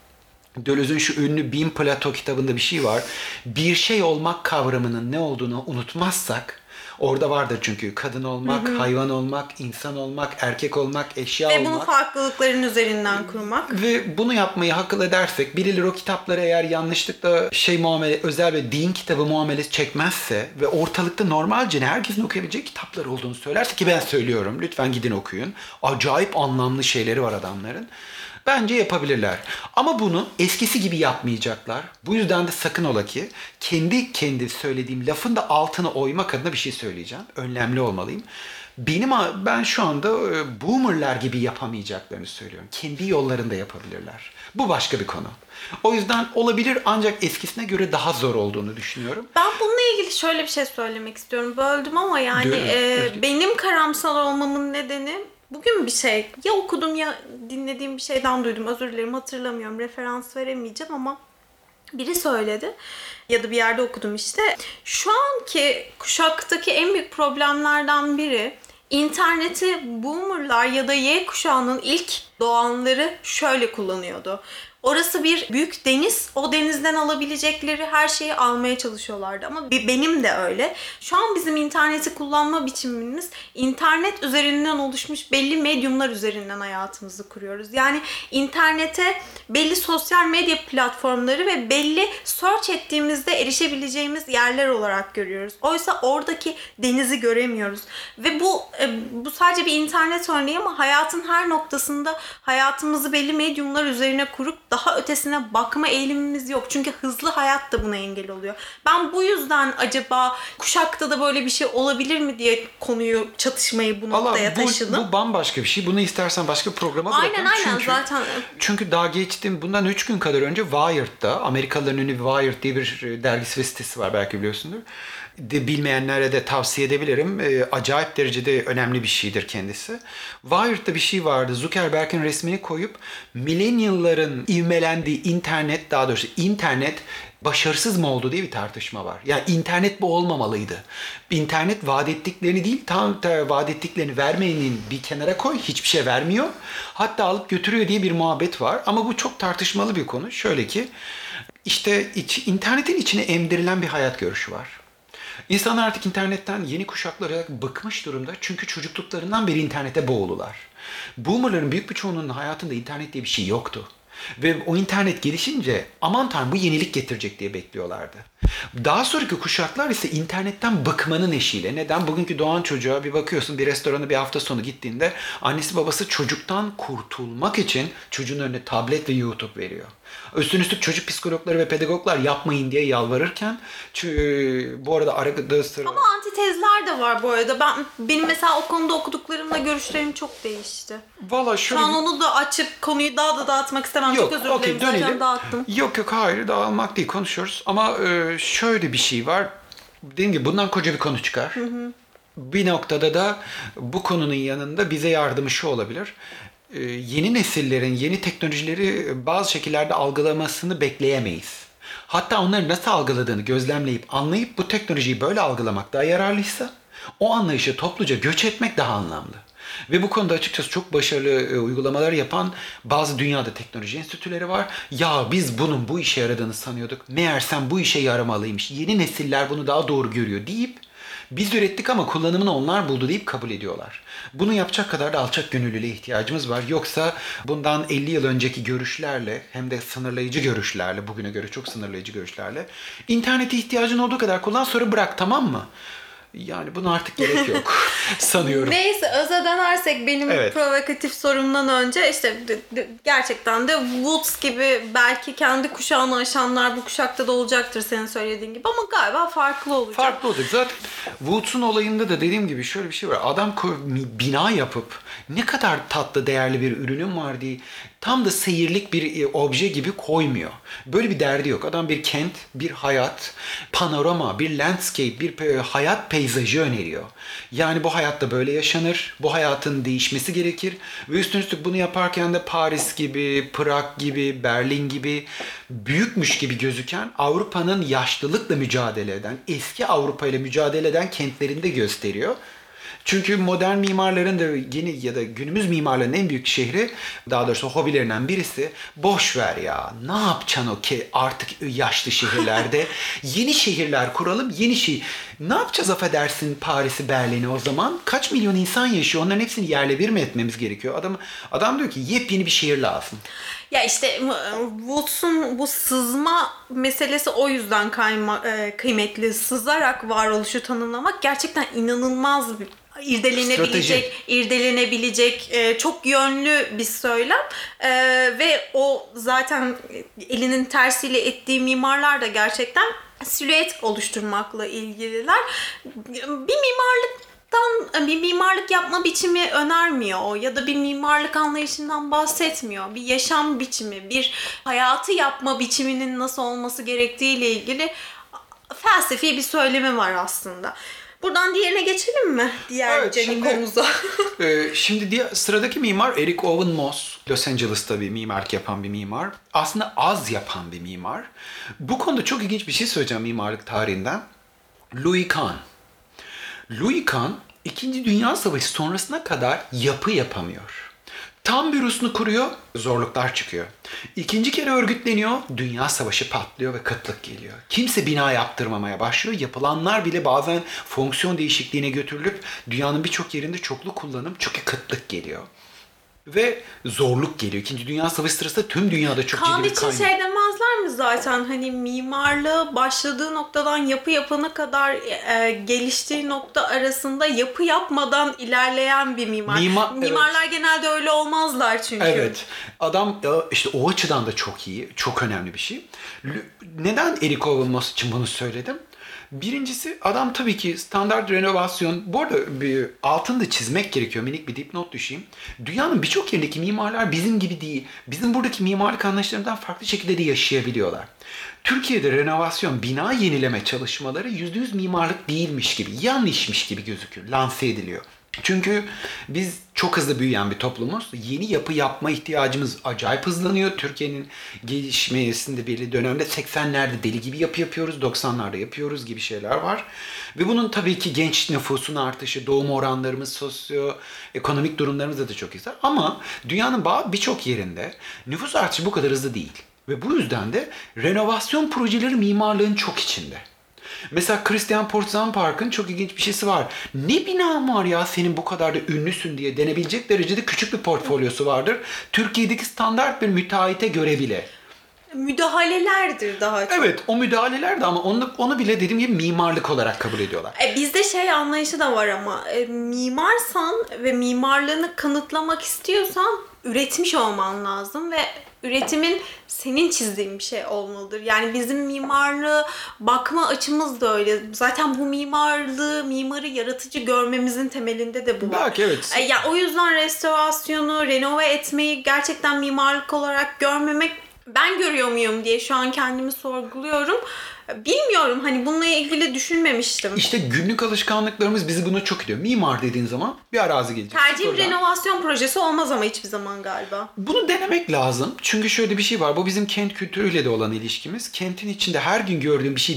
Deleuze'ün şu ünlü Bin Plato kitabında bir şey var. Bir şey olmak kavramının ne olduğunu unutmazsak, orada vardır çünkü kadın olmak, hayvan olmak, insan olmak, erkek olmak, eşya Ve olmak. bunu farklılıkların üzerinden kurmak. Ve bunu yapmayı akıl edersek, birileri o kitapları eğer yanlışlıkla özel bir din kitabı muamelesi çekmezse ve ortalıkta normalce herkesin okuyabileceği kitaplar olduğunu söylerse, ki ben söylüyorum, lütfen gidin okuyun. Acayip anlamlı şeyleri var adamların. Bence yapabilirler. Ama bunu eskisi gibi yapmayacaklar. Bu yüzden de sakın ola ki kendi söylediğim lafın da altına oymak adına bir şey söyleyeceğim. Önlemli olmalıyım. Ben şu anda boomerlar gibi yapamayacaklarını söylüyorum. Kendi yollarında yapabilirler. Bu başka bir konu. O yüzden olabilir, ancak eskisine göre daha zor olduğunu düşünüyorum. Ben bununla ilgili şöyle bir şey söylemek istiyorum. Böldüm ama yani benim karamsar olmamın nedeni bugün bir şey ya okudum ya dinlediğim bir şeyden duydum. Özür dilerim, hatırlamıyorum. Referans veremeyeceğim ama biri söyledi ya da bir yerde okudum işte. Şu anki kuşaktaki en büyük problemlerden biri, İnterneti boomerlar ya da Y kuşağının ilk doğanları şöyle kullanıyordu. Orası bir büyük deniz. O denizden alabilecekleri her şeyi almaya çalışıyorlardı. Ama benim de öyle. Şu an bizim interneti kullanma biçimimiz internet üzerinden oluşmuş belli medyumlar üzerinden hayatımızı kuruyoruz. Yani internete belli sosyal medya platformları ve belli search ettiğimizde erişebileceğimiz yerler olarak görüyoruz. Oysa oradaki denizi göremiyoruz. Ve bu sadece bir internet örneği ama hayatın her noktasında hayatımızı belli medyumlar üzerine kurup daha ötesine bakma eğilimimiz yok. Çünkü hızlı hayat da buna engel oluyor. Ben bu yüzden acaba kuşakta da böyle bir şey olabilir mi diye çatışmayı bu noktaya taşıdım. Bu bambaşka bir şey. Bunu istersen başka bir programa bırakalım. Aynen zaten. Çünkü daha bundan 3 gün kadar önce Wired'da, Amerikalıların ünlü Wired diye bir dergisi ve sitesi var, belki biliyorsundur. Bilmeyenlere de tavsiye edebilirim. Acayip derecede önemli bir şeydir kendisi. Wired'da bir şey vardı. Zuckerberg'in resmini koyup millennial'ların ivmelendiği internet başarısız mı oldu diye bir tartışma var. Yani internet bu olmamalıydı. İnternet vaat ettiklerini değil, tam vaat ettiklerini vermeyenin bir kenara koy. Hiçbir şey vermiyor. Hatta alıp götürüyor diye bir muhabbet var. Ama bu çok tartışmalı bir konu. Şöyle ki, işte internetin içine emdirilen bir hayat görüşü var. İnsanlar artık internetten, yeni kuşaklara bıkmış durumda. Çünkü çocukluklarından beri internete boğulular. Boomerların büyük bir çoğunluğunun hayatında internet diye bir şey yoktu. Ve o internet gelişince aman tanrım bu yenilik getirecek diye bekliyorlardı. Daha sonraki kuşaklar ise internetten bıkmanın eşiğiyle. Neden? Bugünkü doğan çocuğa bir bakıyorsun, bir restorana bir hafta sonu gittiğinde annesi babası çocuktan kurtulmak için çocuğun önüne tablet ve YouTube veriyor. Üstüne çocuk psikologları ve pedagoglar yapmayın diye yalvarırken bu arada arada sıra... Ama antitezler de var bu arada. Benim mesela o konuda okuduklarımla görüşlerim çok değişti. Vallahi şöyle... Şu an onu da açıp konuyu daha da dağıtmak istemem. Yok, çok özür dilerim. Zaten dağıttım. Yok hayır, dağılmak değil, konuşuyoruz. Ama şöyle bir şey var. Dediğim gibi bundan koca bir konu çıkar. Bir noktada da bu konunun yanında bize yardımı şu olabilir. Yeni nesillerin yeni teknolojileri bazı şekillerde algılamasını bekleyemeyiz. Hatta onların nasıl algıladığını gözlemleyip anlayıp bu teknolojiyi böyle algılamak daha yararlıysa o anlayışa topluca göç etmek daha anlamlı. Ve bu konuda açıkçası çok başarılı uygulamalar yapan bazı dünyada teknoloji enstitüleri var. Ya biz bunun bu işe yaradığını sanıyorduk. Meğersem bu işe yaramalıymış. Yeni nesiller bunu daha doğru görüyor deyip biz ürettik ama kullanımını onlar buldu deyip kabul ediyorlar. Bunu yapacak kadar da alçak gönüllülüğe ihtiyacımız var. Yoksa bundan 50 yıl önceki görüşlerle, hem de sınırlayıcı görüşlerle, bugüne göre çok sınırlayıcı görüşlerle, internete ihtiyacın olduğu kadar kullan, sonra bırak, tamam mı? Yani buna artık gerek yok sanıyorum. Neyse, öze dönersek benim provokatif sorumdan önce işte gerçekten de Woods gibi belki kendi kuşağını aşanlar bu kuşakta da olacaktır senin söylediğin gibi, ama galiba farklı olacak. Farklı olacak. Zaten Woods'un olayında da dediğim gibi şöyle bir şey var. Adam bina yapıp ne kadar tatlı, değerli bir ürünüm var diye tam da seyirlik bir obje gibi koymuyor. Böyle bir derdi yok. Adam bir kent, bir hayat, panorama, bir landscape, bir hayat peyzajı öneriyor. Yani bu hayatta böyle yaşanır. Bu hayatın değişmesi gerekir. Ve üstüne bunu yaparken de Paris gibi, Prag gibi, Berlin gibi büyükmüş gibi gözüken Avrupa'nın yaşlılıkla mücadele eden, eski Avrupa ile mücadele eden kentlerinde gösteriyor. Çünkü modern mimarların da yeni ya da günümüz mimarların en büyük şehri, daha doğrusu hobilerinden birisi, boş ver ya. Ne yapacaksın o ki artık yaşlı şehirlerde? Yeni şehirler kuralım, yeni şey. Ne yapacağız affedersin Paris'i, Berlin'i o zaman? Kaç milyon insan yaşıyor? Onların hepsini yerle bir mi etmemiz gerekiyor? Adam diyor ki yepyeni bir şehir lazım. Ya işte Woods'un bu sızma meselesi o yüzden kıymetli. Sızarak varoluşu tanımlamak gerçekten inanılmaz bir irdelenebilecek çok yönlü bir söylem ve o zaten elinin tersiyle ettiği mimarlar da gerçekten silüet oluşturmakla ilgililer. Bir mimarlık yapma biçimi önermiyor o ya da bir mimarlık anlayışından bahsetmiyor. Bir yaşam biçimi, bir hayatı yapma biçiminin nasıl olması gerektiğiyle ilgili felsefi bir söylemi var aslında. Buradan diğerine geçelim mi? Diğer canikomuza. Şimdi sıradaki mimar Eric Owen Moss. Los Angeles'ta bir mimarlık yapan bir mimar. Aslında az yapan bir mimar. Bu konuda çok ilginç bir şey söyleyeceğim mimarlık tarihinden. Louis Kahn. Louis Kahn, 2. Dünya Savaşı sonrasına kadar yapı yapamıyor. Tam bürosunu kuruyor, zorluklar çıkıyor. 2. kere örgütleniyor, Dünya Savaşı patlıyor ve kıtlık geliyor. Kimse bina yaptırmamaya başlıyor. Yapılanlar bile bazen fonksiyon değişikliğine götürülüp dünyanın birçok yerinde çoklu kullanım, çünkü kıtlık geliyor. Ve zorluk geliyor. 2. Dünya Savaşı sırasında tüm dünyada çok ciddi bir kaynak. Kaan için demezler mi zaten? Hani mimarlığı başladığı noktadan yapı yapana kadar geliştiği nokta arasında yapı yapmadan ilerleyen bir mimar. Mimarlar genelde öyle olmazlar çünkü. Evet. Adam işte o açıdan da çok iyi. Çok önemli bir şey. Neden Eric Owen Moss için bunu söyledim? Birincisi adam tabii ki standart renovasyon. Bu arada bir altını da çizmek gerekiyor. Minik bir dipnot düşeyim. Dünyanın birçok yerindeki mimarlar bizim gibi değil. Bizim buradaki mimarlık anlayışlarından farklı şekilde de yaşayabiliyorlar. Türkiye'de renovasyon, bina yenileme çalışmaları %100 mimarlık değilmiş gibi, yanlışmış gibi gözüküyor, lanse ediliyor. Çünkü biz çok hızlı büyüyen bir toplumuz. Yeni yapı yapma ihtiyacımız acayip hızlanıyor. Türkiye'nin gelişmesinde belli dönemde 80'lerde deli gibi yapı yapıyoruz, 90'larda yapıyoruz gibi şeyler var. Ve bunun tabii ki genç nüfusun artışı, doğum oranlarımız, sosyoekonomik durumlarımız da çok iyi. Ama dünyanın birçok yerinde nüfus artışı bu kadar hızlı değil. Ve bu yüzden de renovasyon projeleri mimarlığın çok içinde. Mesela Christian Portzampark'ın Park'ın çok ilginç bir şeysi var. Ne binam var ya senin bu kadar da ünlüsün diye denebilecek derecede küçük bir portfolyosu vardır. Türkiye'deki standart bir müteahhite göre bile. Müdahalelerdir daha çok. Evet, o müdahaleler de ama onu bile dediğim gibi mimarlık olarak kabul ediyorlar. Bizde anlayışı da var ama mimarsan ve mimarlığını kanıtlamak istiyorsan üretmiş olman lazım ve üretimin senin çizdiğin bir şey olmalıdır. Yani bizim mimarlığı bakma açımız da öyle. Zaten bu mimarı yaratıcı görmemizin temelinde de bu var. Belki evet. O yüzden restorasyonu, renove etmeyi gerçekten mimarlık olarak görmemek, ben görüyor muyum diye şu an kendimi sorguluyorum. Bilmiyorum, hani bununla ilgili düşünmemiştim. İşte günlük alışkanlıklarımız bizi buna çok ediyor. Mimar dediğin zaman bir arazi gelecek. Tercihim renovasyon projesi olmaz ama hiçbir zaman galiba. Bunu denemek lazım. Çünkü şöyle bir şey var. Bu bizim kent kültürüyle de olan ilişkimiz. Kentin içinde her gün gördüğün bir şeyi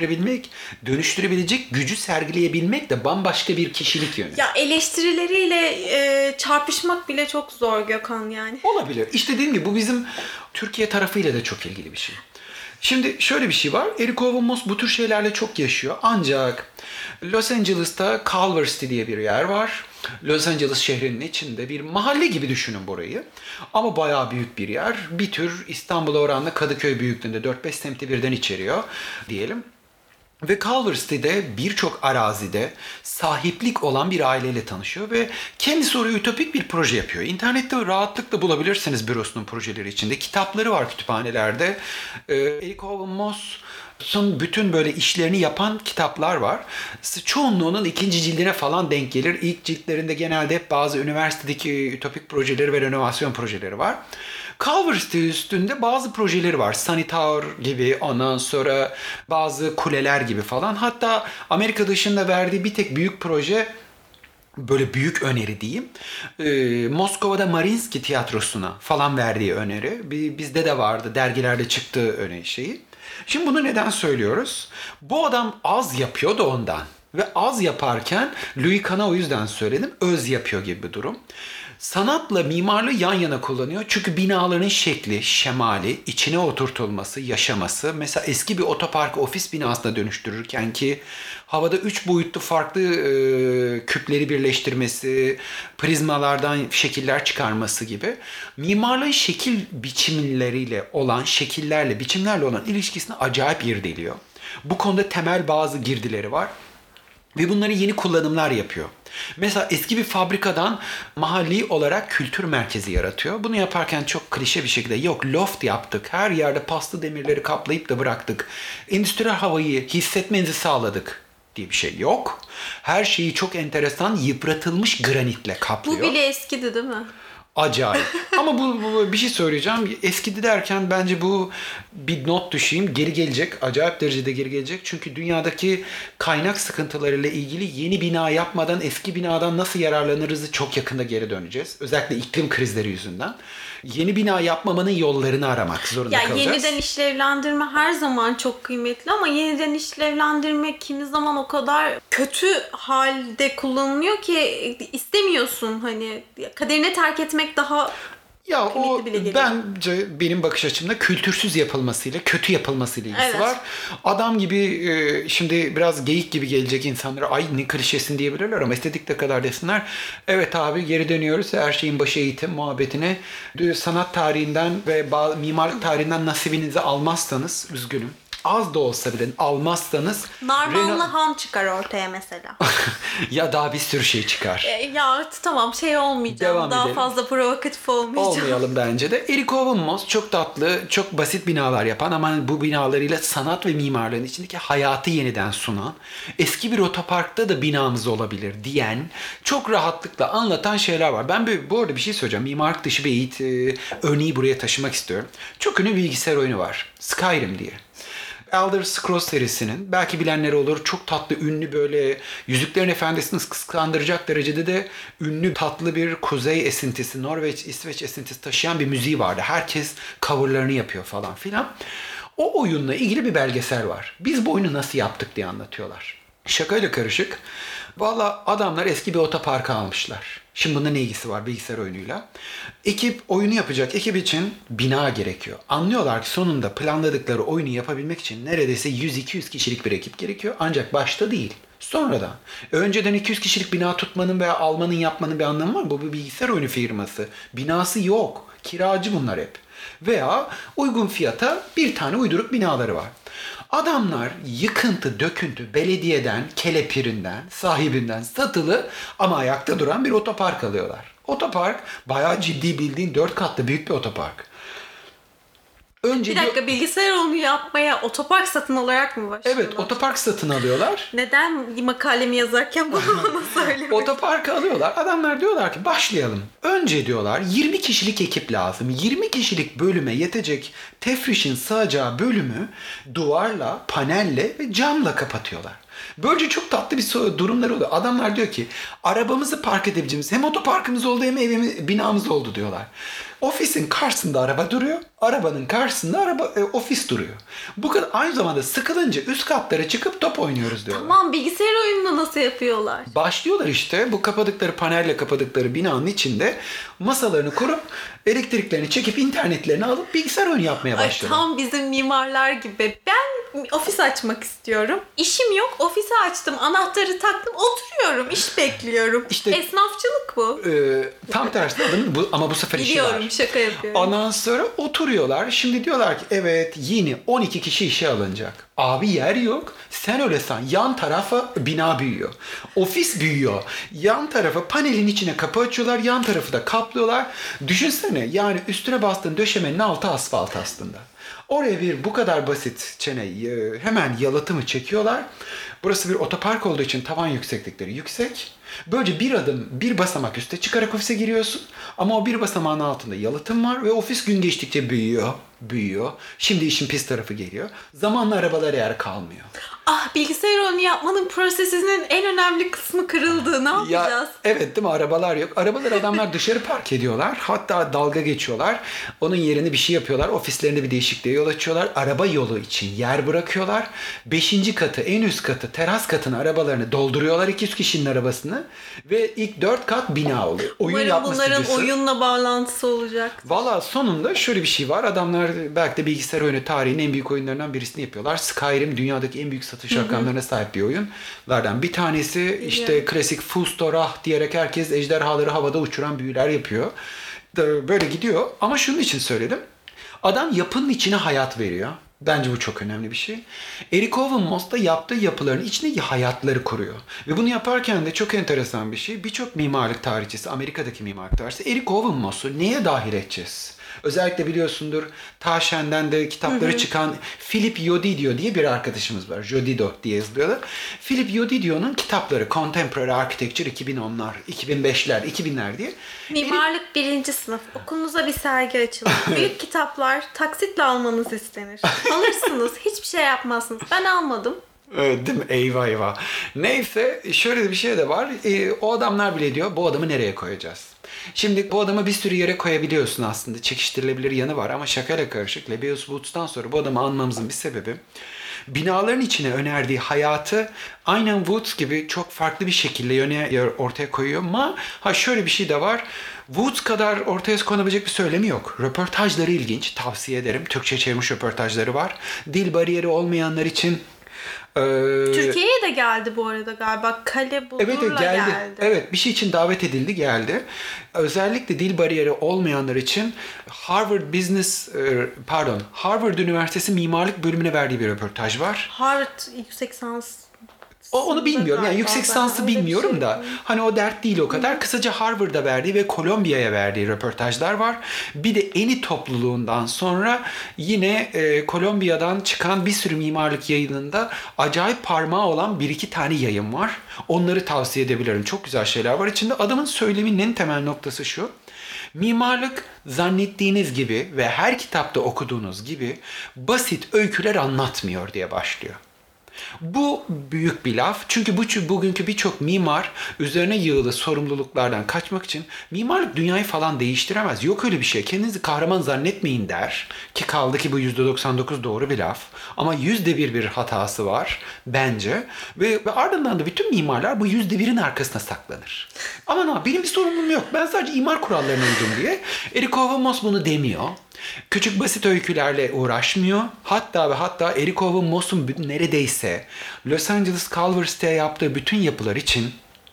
dönüştürebilecek gücü sergileyebilmek de bambaşka bir kişilik yönü. Ya eleştirileriyle çarpışmak bile çok zor Gökhan yani. Olabilir. İşte dediğim gibi bu bizim Türkiye tarafıyla da çok ilgili bir şey. Şimdi şöyle bir şey var. Eric Owen Moss bu tür şeylerle çok yaşıyor. Ancak Los Angeles'ta Culver City diye bir yer var. Los Angeles şehrinin içinde bir mahalle gibi düşünün burayı. Ama bayağı büyük bir yer. Bir tür İstanbul'a oranla Kadıköy büyüklüğünde 4-5 semti birden içeriyor diyelim. Ve Culver City'de birçok arazide sahiplik olan bir aileyle tanışıyor ve kendisi oraya ütopik bir proje yapıyor. İnternette rahatlıkla bulabilirsiniz bürosunun projeleri içinde. Kitapları var kütüphanelerde. Eric Owen Moss'un bütün böyle işlerini yapan kitaplar var. Çoğunluğunun 2. cildine falan denk gelir. İlk ciltlerinde genelde hep bazı üniversitedeki ütopik projeleri ve renovasyon projeleri var. Culver City üstünde bazı projeleri var. Sunny Tower gibi, ondan sonra bazı kuleler gibi falan. Hatta Amerika dışında verdiği bir tek büyük proje, böyle büyük öneri diyeyim, Moskova'da Mariinsky Tiyatrosu'na falan verdiği öneri. Bizde de vardı, dergilerde çıktığı şeyi. Şimdi bunu neden söylüyoruz? Bu adam az yapıyor da ondan. Ve az yaparken Louis Kahn'a o yüzden söyledim. Öz yapıyor gibi bir durum. Sanatla mimarlığı yan yana kullanıyor. Çünkü binaların şekli, şemali, içine oturtulması, yaşaması. Mesela eski bir otoparkı ofis binasına dönüştürürken ki havada 3 boyutlu farklı küpleri birleştirmesi, prizmalardan şekiller çıkarması gibi. Mimarlığın şekil biçimleriyle olan, şekillerle, biçimlerle olan ilişkisini acayip irdeliyor. Bu konuda temel bazı girdileri var. Ve bunları yeni kullanımlar yapıyor. Mesela eski bir fabrikadan mahalli olarak kültür merkezi yaratıyor. Bunu yaparken çok klişe bir şekilde yok loft yaptık. Her yerde paslı demirleri kaplayıp da bıraktık. Endüstriyel havayı hissetmenizi sağladık diye bir şey yok. Her şeyi çok enteresan yıpratılmış granitle kaplıyor. Bu bile eskidi değil mi? Acayip. Ama bu bir şey söyleyeceğim. Eskidi derken bence bu bir not düşeyim. Geri gelecek. Acayip derecede geri gelecek. Çünkü dünyadaki kaynak sıkıntılarıyla ilgili yeni bina yapmadan eski binadan nasıl yararlanırızı çok yakında geri döneceğiz. Özellikle iklim krizleri yüzünden. Yeni bina yapmamanın yollarını aramak zorunda kalacağız. Yeniden işlevlendirme her zaman çok kıymetli ama yeniden işlevlendirme kimi zaman o kadar kötü halde kullanılıyor ki istemiyorsun hani kaderine terk etmek daha ya o bile geliyor. bence benim bakış açımda kültürsüz yapılmasıyla, kötü yapılmasıyla ilgisi Evet. var. Adam gibi şimdi biraz geyik gibi gelecek insanlara ay ne klişesin diyebilirler ama estetik de kadar desinler. Evet abi geri dönüyoruz her şeyin başı eğitim muhabbetine. Sanat tarihinden ve mimarlık tarihinden nasibinizi almazsanız üzgünüm. Az da olsa bile almazsanız Narmanlı Han çıkar ortaya mesela. ya daha bir sürü şey çıkar. Ya tamam şey olmayacağım. Devam daha edelim. fazla provokatif olmayacağım. Olmayalım bence de. Eric Owen çok tatlı, çok basit binalar yapan ama bu binalarıyla sanat ve mimarlığın içindeki hayatı yeniden sunan, eski bir otoparkta da binamız olabilir diyen, çok rahatlıkla anlatan şeyler var. Ben bu arada bir şey söyleyeceğim. Mimarlık dışı bir örneği buraya taşımak istiyorum. Çok ünlü bir bilgisayar oyunu var. Skyrim diye. Elder Scrolls serisinin belki bilenleri olur çok tatlı ünlü böyle Yüzüklerin Efendisi'ni kıskandıracak derecede de ünlü tatlı bir kuzey esintisi Norveç İsveç esintisi taşıyan bir müziği vardı. Herkes coverlarını yapıyor falan filan. O oyunla ilgili bir belgesel var. Biz bu oyunu nasıl yaptık diye anlatıyorlar. Şakayla karışık. Valla adamlar eski bir otoparkı almışlar. Şimdi bunun ne ilgisi var bilgisayar oyunuyla? Ekip oyunu yapacak ekip için bina gerekiyor. Anlıyorlar ki sonunda planladıkları oyunu yapabilmek için neredeyse 100-200 kişilik bir ekip gerekiyor. Ancak başta değil. Sonradan. Önceden 200 kişilik bina tutmanın veya almanın yapmanın bir anlamı var mı? Bu bir bilgisayar oyunu firması. Binası yok. Kiracı bunlar hep. Veya uygun fiyata bir tane uyduruk binaları var. Adamlar yıkıntı, döküntü, belediyeden, kelepirinden, sahibinden satılı ama ayakta duran bir otopark alıyorlar. Otopark bayağı ciddi bildiğin 4 katlı büyük bir otopark. Önce Bir dakika bilgisayar oyunu yapmaya otopark satın alarak mı başlıyorlar? Evet otopark satın alıyorlar. Neden makalemi yazarken bunu bana söylemek? Otoparkı alıyorlar. Adamlar diyorlar ki başlayalım. Önce diyorlar 20 kişilik ekip lazım. 20 kişilik bölüme yetecek tefrişin sığacağı bölümü duvarla, panelle ve camla kapatıyorlar. Böylece çok tatlı bir durumlar oluyor. Adamlar diyor ki arabamızı park edebileceğimiz hem otoparkımız oldu hem binamız oldu diyorlar. Ofisin karşısında araba duruyor. Arabanın karşısında ofis duruyor. Bu kadar aynı zamanda sıkılınca üst katlara çıkıp top oynuyoruz diyorlar. Tamam bilgisayar oyununu nasıl yapıyorlar? Başlıyorlar işte bu kapadıkları panelle kapadıkları binanın içinde masalarını kurup elektriklerini çekip internetlerini alıp bilgisayar oyunu yapmaya başlıyorlar. Tam bizim mimarlar gibi. Ben ofis açmak istiyorum. İşim yok. Ofisi açtım. Anahtarı taktım. Oturuyorum. İş bekliyorum. İşte- Esnafçılık bu. Tam tersi adamın ama bu sefer işi Biliyorum. var. Şaka yapıyorum. Ondan sonra oturuyorlar. Şimdi diyorlar ki evet yeni 12 kişi işe alınacak. Abi yer yok. Sen öyle san. Yan tarafa bina büyüyor. Ofis büyüyor. Yan tarafa panelin içine kapı açıyorlar. Yan tarafı da kaplıyorlar. Düşünsene yani üstüne bastığın döşemenin altı asfalt aslında. Oraya bu kadar basit hemen yalıtımı çekiyorlar. Burası bir otopark olduğu için tavan yükseklikleri yüksek. Böylece bir basamak üste çıkarak ofise giriyorsun. Ama o bir basamağın altında yalıtım var ve ofis gün geçtikçe büyüyor. Şimdi işin pis tarafı geliyor. Zamanla arabalara yer kalmıyor. Bilgisayar oyunu yapmanın prosesinin en önemli kısmı kırıldı. Ne yapacağız? Evet değil mi? Arabalar yok. Arabaları adamlar dışarı park ediyorlar. Hatta dalga geçiyorlar. Onun yerine bir şey yapıyorlar. Ofislerinde bir değişiklik yol açıyorlar. Araba yolu için yer bırakıyorlar. 5. katı, en üst katı, teras katına arabalarını dolduruyorlar 200 kişinin arabasını. Ve ilk 4 kat bina oluyor. Umarım bunların oyunla bağlantısı olacak. Valla sonunda şöyle bir şey var. Adamlar belki de bilgisayar oyunu tarihinin en büyük oyunlarından birisini yapıyorlar. Skyrim dünyadaki en büyük satış rakamlarına sahip bir oyunlardan bir tanesi. İşte klasik Fustorah diyerek herkes ejderhaları havada uçuran büyüler yapıyor. Böyle gidiyor. Ama şunun için söyledim. Adam yapının içine hayat veriyor. Bence bu çok önemli bir şey. Eric Owen Moss da yaptığı yapıların içine hayatları kuruyor. Ve bunu yaparken de çok enteresan bir şey. Birçok mimarlık tarihçisi, Amerika'daki mimarlık tarihçisi Eric Owen Moss'u neye dahil edeceğiz? Özellikle biliyorsundur Taşen'den de kitapları çıkan Philip Yodidio diye bir arkadaşımız var. Jodido diye yazılıyorlar. Philip Yodidio'nun kitapları Contemporary Architecture 2010'lar, 2005'ler, 2000'ler diye. Mimarlık 1. sınıf. Okulunuza bir sergi açılır. Büyük kitaplar taksitle almanız istenir. Alırsınız. Hiçbir şey yapmazsınız. Ben almadım. Evet, değil mi? Eyvah eyvah. Neyse şöyle bir şey de var. O adamlar bile diyor bu adamı nereye koyacağız? Şimdi bu adamı bir sürü yere koyabiliyorsun aslında. Çekiştirilebilir yanı var ama şakayla karışık. Lebbeus Woods'tan sonra bu adamı anmamızın bir sebebi binaların içine önerdiği hayatı aynen Woods gibi çok farklı bir şekilde ortaya koyuyor ama şöyle bir şey de var. Woods kadar ortaya konabilecek bir söylemi yok. Röportajları ilginç. Tavsiye ederim. Türkçe çevirmiş röportajları var. Dil bariyeri olmayanlar için Türkiye'ye de geldi bu arada galiba. Kale Bulur'la geldi. Evet, bir şey için davet edildi, geldi. Özellikle dil bariyeri olmayanlar için Harvard Üniversitesi Mimarlık Bölümüne verdiği bir röportaj var. Harvard yüksek lisans. Onu bilmiyorum. Yani yüksek lisansı bilmiyorum da. Hani o dert değil o kadar. Kısaca Harvard'a verdiği ve Columbia'ya verdiği röportajlar var. Bir de Eni topluluğundan sonra yine Columbia'dan çıkan bir sürü mimarlık yayınında acayip parmağı olan 1-2 tane yayın var. Onları tavsiye edebilirim. Çok güzel şeyler var içinde. Adamın söyleminin en temel noktası şu. Mimarlık zannettiğiniz gibi ve her kitapta okuduğunuz gibi basit öyküler anlatmıyor diye başlıyor. Bu büyük bir laf. Çünkü bugünkü birçok mimar üzerine yığılı sorumluluklardan kaçmak için mimarlık dünyayı falan değiştiremez. Yok öyle bir şey. Kendinizi kahraman zannetmeyin der. Ki kaldı ki bu %99 doğru bir laf. Ama %1 bir hatası var bence. Ve ardından da bütün mimarlar bu %1'in arkasına saklanır. Aman benim bir sorumluluğum yok. Ben sadece imar kurallarına uydum diye. Eric Owen Moss bunu demiyor. Küçük basit öykülerle uğraşmıyor. Hatta Eric Owen Moss'un neredeyse Los Angeles Culver City'ye yaptığı bütün yapılar için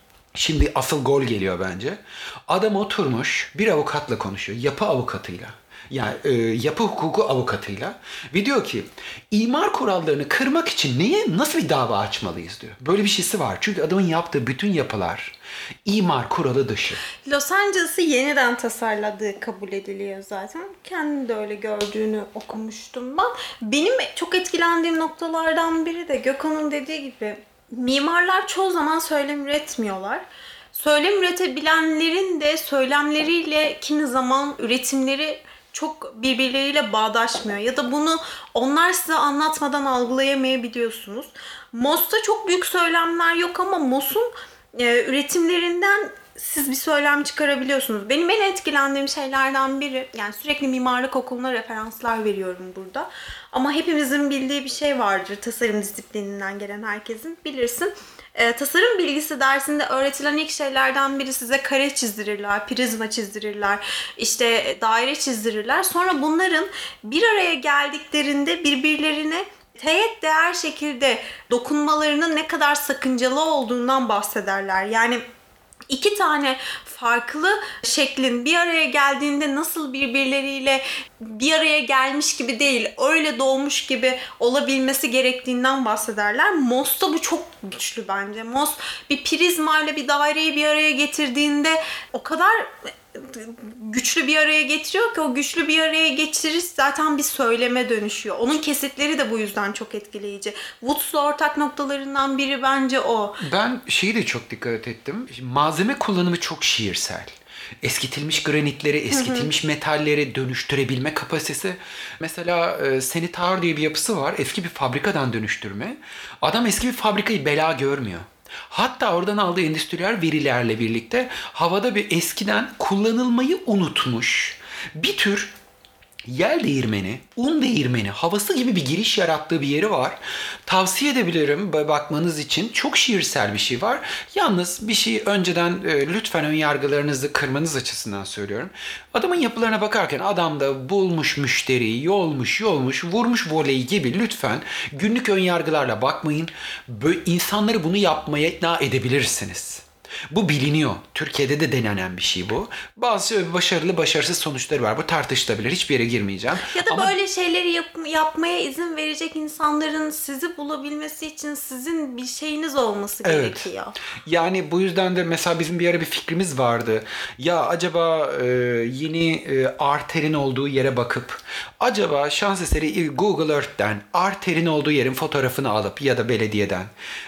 şimdi asıl gol geliyor bence. Adam oturmuş bir avukatla konuşuyor. Yapı avukatıyla. Yani yapı hukuku avukatıyla ve diyor ki imar kurallarını kırmak için nasıl bir dava açmalıyız diyor. Böyle bir şeysi var. Çünkü adamın yaptığı bütün yapılar imar kuralı dışı. Los Angeles'ı yeniden tasarladığı kabul ediliyor zaten. Kendim de öyle gördüğünü okumuştum ben. Benim çok etkilendiğim noktalardan biri de Gökhan'ın dediği gibi mimarlar çoğu zaman söylem üretmiyorlar. Söylem üretebilenlerin de söylemleriyle kimi zaman üretimleri çok birbirleriyle bağdaşmıyor. Ya da bunu onlar size anlatmadan algılayamayabiliyorsunuz. Moss'ta çok büyük söylemler yok ama Moss'un üretimlerinden siz bir söylem çıkarabiliyorsunuz. Benim en etkilendiğim şeylerden biri, yani sürekli mimarlık okuluna referanslar veriyorum burada. Ama hepimizin bildiği bir şey vardır. Tasarım disiplininden gelen herkesin bilirsin. Tasarım bilgisi dersinde öğretilen ilk şeylerden biri size kare çizdirirler, prizma çizdirirler, işte daire çizdirirler. Sonra bunların bir araya geldiklerinde birbirlerine teğet değer şekilde dokunmalarının ne kadar sakıncalı olduğundan bahsederler. Yani iki tane farklı şeklin bir araya geldiğinde nasıl birbirleriyle bir araya gelmiş gibi değil, öyle doğmuş gibi olabilmesi gerektiğinden bahsederler. Moss'ta bu çok güçlü bence. Moss bir prizmayla bir daireyi bir araya getirdiğinde o kadar güçlü bir araya getiriyor ki o güçlü bir araya getiriş zaten bir söyleme dönüşüyor. Onun kesitleri de bu yüzden çok etkileyici. Woods'la ortak noktalarından biri bence o. Ben şeyi de çok dikkat ettim. Malzeme kullanımı çok şiirsel. Eskitilmiş granitleri, eskitilmiş metalleri dönüştürebilme kapasitesi. Mesela Senate Tower diye bir yapısı var. Eski bir fabrikadan dönüştürme. Adam eski bir fabrikayı bela görmüyor. Hatta oradan aldığı endüstriyel verilerle birlikte havada bir eskiden kullanılmayı unutmuş bir tür Yel değirmeni, un değirmeni havası gibi bir giriş yarattığı bir yeri var. Tavsiye edebilirim bakmanız için. Çok şiirsel bir şey var. Yalnız bir şeyi önceden lütfen ön yargılarınızı kırmanız açısından söylüyorum. Adamın yapılarına bakarken adam da bulmuş müşteriyi, yolmuş, vurmuş voleyi gibi lütfen günlük ön yargılarla bakmayın. Böyle insanları bunu yapmaya ikna edebilirsiniz. Bu biliniyor. Türkiye'de de denenen bir şey bu. Bazı başarılı başarısız sonuçları var. Bu tartışılabilir. Hiçbir yere girmeyeceğim. Ya da böyle şeyleri yapmaya izin verecek insanların sizi bulabilmesi için sizin bir şeyiniz olması gerekiyor. Yani bu yüzden de mesela bizim bir ara bir fikrimiz vardı. Ya acaba yeni arterin olduğu yere bakıp acaba şans eseri Google Earth'ten arterin olduğu yerin fotoğrafını alıp ya da belediyeden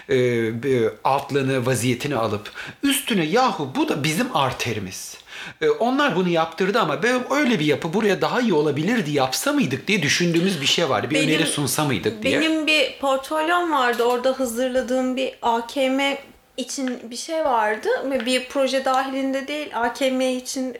altlığını, vaziyetini alıp üstüne yahu bu da bizim arterimiz. Onlar bunu yaptırdı ama öyle bir yapı buraya daha iyi olabilirdi yapsa mıydık diye düşündüğümüz bir şey vardı. Bir öneri sunsa mıydık diye. Benim bir portfolyom vardı. Orada hazırladığım bir AKM için bir şey vardı. Bir proje dahilinde değil. AKM için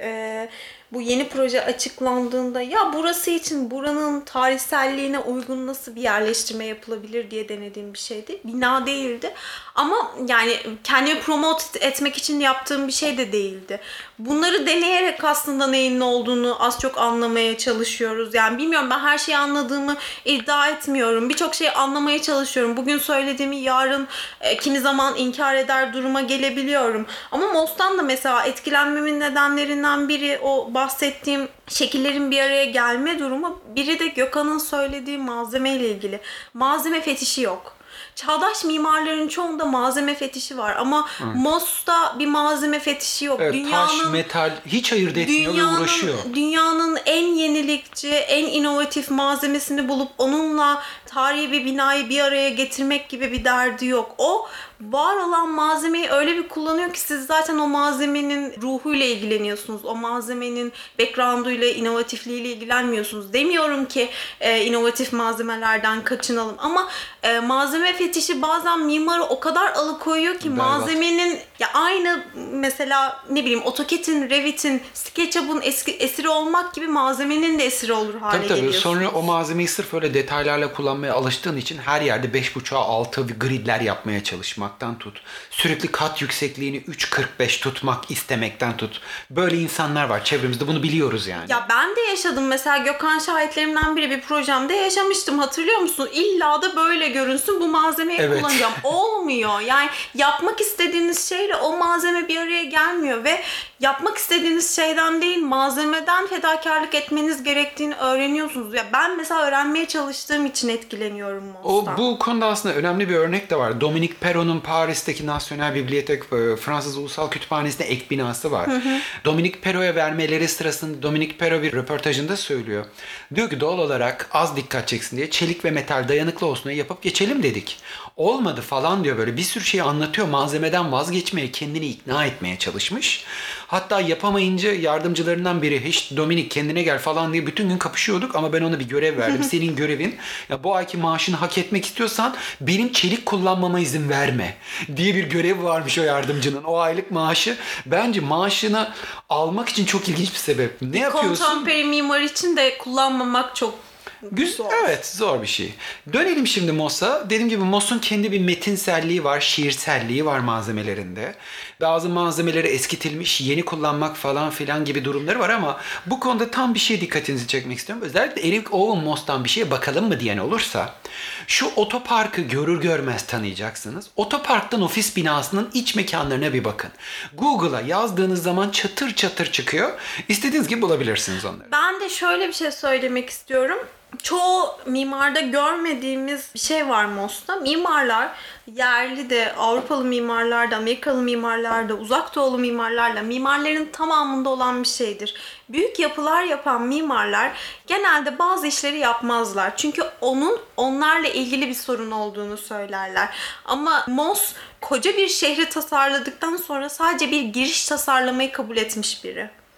bu yeni proje açıklandığında ya burası için buranın tarihselliğine uygun nasıl bir yerleştirme yapılabilir diye denediğim bir şeydi. Bina değildi. Ama yani kendimi promote etmek için yaptığım bir şey de değildi. Bunları deneyerek aslında neyin ne olduğunu az çok anlamaya çalışıyoruz. Yani bilmiyorum, ben her şeyi anladığımı iddia etmiyorum. Birçok şeyi anlamaya çalışıyorum. Bugün söylediğimi yarın kimi zaman inkar eder duruma gelebiliyorum. Ama MOS'tan da mesela etkilenmemin nedenlerinden biri o bahsettiğim şekillerin bir araya gelme durumu. Biri de Gökhan'ın söylediği malzemeyle ilgili. Malzeme fetişi yok. Çağdaş mimarların çoğunda malzeme fetişi var ama MOS'ta bir malzeme fetişi yok. Evet, taş, metal hiç ayırt etmiyor ve uğraşıyor. Dünyanın en yenilikçi, en inovatif malzemesini bulup onunla tarihi bir binayı bir araya getirmek gibi bir derdi yok. O var olan malzemeyi öyle bir kullanıyor ki siz zaten o malzemenin ruhuyla ilgileniyorsunuz. O malzemenin background'uyla, inovatifliğiyle ilgilenmiyorsunuz. Demiyorum ki inovatif malzemelerden kaçınalım ama malzeme fetişi bazen mimarı o kadar alıkoyuyor ki malzemenin ya aynı mesela ne bileyim AutoCAD'in, Revit'in, SketchUp'un esiri olmak gibi malzemenin de esiri olur hale geliyorsunuz. Sonra o malzemeyi sırf öyle detaylarla kullanmaya alıştığın için her yerde 5.5'a 6 gridler yapmaya çalışmaktan tut. Sürekli kat yüksekliğini 3.45 tutmak istemekten tut. Böyle insanlar var çevremizde, bunu biliyoruz yani. Ya ben de yaşadım mesela, Gökhan şahitlerimden biri, bir projemde yaşamıştım, hatırlıyor musun? İlla da böyle görünsün, bu malzemeyi kullanacağım. Olmuyor. Yani yapmak istediğiniz şeyle o malzeme bir araya gelmiyor ve yapmak istediğiniz şeyden değil, malzemeden fedakarlık etmeniz gerektiğini öğreniyorsunuz. Ya ben mesela öğrenmeye çalıştığım için etkileniyorum MOS'tan. Bu konuda aslında önemli bir örnek de var. Dominique Perrot'un Paris'teki National Bibliotek, Fransız Ulusal Kütüphanesi'nde ek binası var. Dominique Perrot'a vermeleri sırasında Dominique Perrot bir röportajında söylüyor. Diyor ki doğal olarak az dikkat çeksin diye çelik ve metal dayanıklı olsun diye yapıp geçelim dedik. Olmadı falan diyor, böyle bir sürü şey anlatıyor. Malzemeden vazgeçmeye, kendini ikna etmeye çalışmış. Hatta yapamayınca yardımcılarından biri hiç Dominik kendine gel falan diye bütün gün kapışıyorduk ama ben ona bir görev verdim. Senin görevin ya bu ayki maaşını hak etmek istiyorsan benim çelik kullanmama izin verme diye bir görev varmış o yardımcının. O aylık maaşı bence maaşını almak için çok ilginç bir sebep. Ne yapıyorsun? Contemporary mimar için de kullanmamak çok güzel. Evet, zor bir şey. Dönelim şimdi MOS'a. Dediğim gibi MOS'un kendi bir metinselliği var, şiirselliği var malzemelerinde. Bazı malzemeleri eskitilmiş, yeni kullanmak falan filan gibi durumları var ama bu konuda tam bir şey dikkatinizi çekmek istiyorum. Özellikle Eric Owen MOS'tan bir şeye bakalım mı diyen olursa, şu otoparkı görür görmez tanıyacaksınız. Otoparktan ofis binasının iç mekanlarına bir bakın. Google'a yazdığınız zaman çatır çatır çıkıyor. İstediğiniz gibi bulabilirsiniz onları. Ben de şöyle bir şey söylemek istiyorum. Çoğu mimarda görmediğimiz bir şey var MOS'ta. Mimarlar, yerli de, Avrupalı mimarlar da, Amerikalı mimarlar da, Uzak Doğulu mimarlarla, mimarların tamamında olan bir şeydir. Büyük yapılar yapan mimarlar genelde bazı işleri yapmazlar. Çünkü onlarla ilgili bir sorun olduğunu söylerler. Ama MOS koca bir şehri tasarladıktan sonra sadece bir giriş tasarlamayı kabul etmiş biri.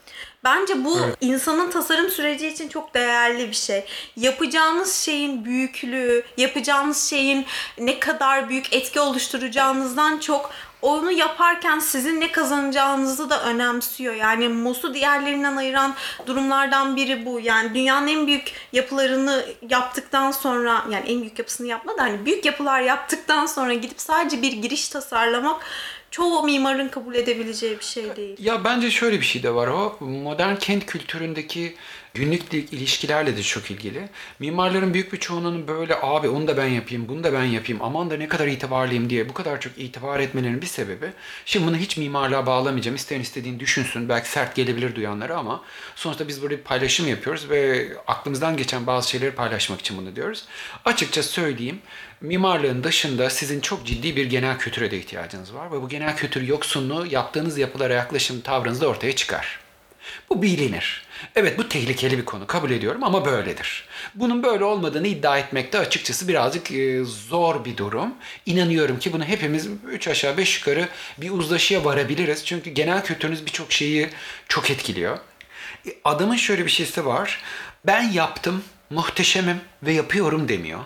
Bence bu insanın tasarım süreci için çok değerli bir şey. Yapacağınız şeyin büyüklüğü, yapacağınız şeyin ne kadar büyük etki oluşturacağınızdan çok onu yaparken sizin ne kazanacağınızı da önemsiyor. Yani MOS'u diğerlerinden ayıran durumlardan biri bu. Yani dünyanın en büyük yapılarını yaptıktan sonra, yani en büyük yapısını yapmadan hani büyük yapılar yaptıktan sonra gidip sadece bir giriş tasarlamak çoğu mimarın kabul edebileceği bir şey değil. Ya bence şöyle bir şey de var, o modern kent kültüründeki günlük ilişkilerle de çok ilgili. Mimarların büyük bir çoğunluğunun böyle abi onu da ben yapayım, bunu da ben yapayım, aman da ne kadar itibarlıyım diye bu kadar çok itibar etmelerinin bir sebebi. Şimdi bunu hiç mimarlığa bağlamayacağım. İsteyen istediğini düşünsün. Belki sert gelebilir duyanlara ama sonuçta biz burada bir paylaşım yapıyoruz ve aklımızdan geçen bazı şeyleri paylaşmak için bunu diyoruz. Açıkça söyleyeyim. Mimarlığın dışında sizin çok ciddi bir genel kültüre de ihtiyacınız var ve bu genel kültür yoksunluğu yaptığınız yapılara yaklaşım tavrınızda ortaya çıkar. Bu bilinir. Evet, bu tehlikeli bir konu, kabul ediyorum ama böyledir. Bunun böyle olmadığını iddia etmek de açıkçası birazcık zor bir durum. İnanıyorum ki bunu hepimiz 3 aşağı 5 yukarı bir uzlaşıya varabiliriz. Çünkü genel kültürünüz birçok şeyi çok etkiliyor. Adamın şöyle bir şeysi var. Ben yaptım, muhteşemim ve yapıyorum demiyor.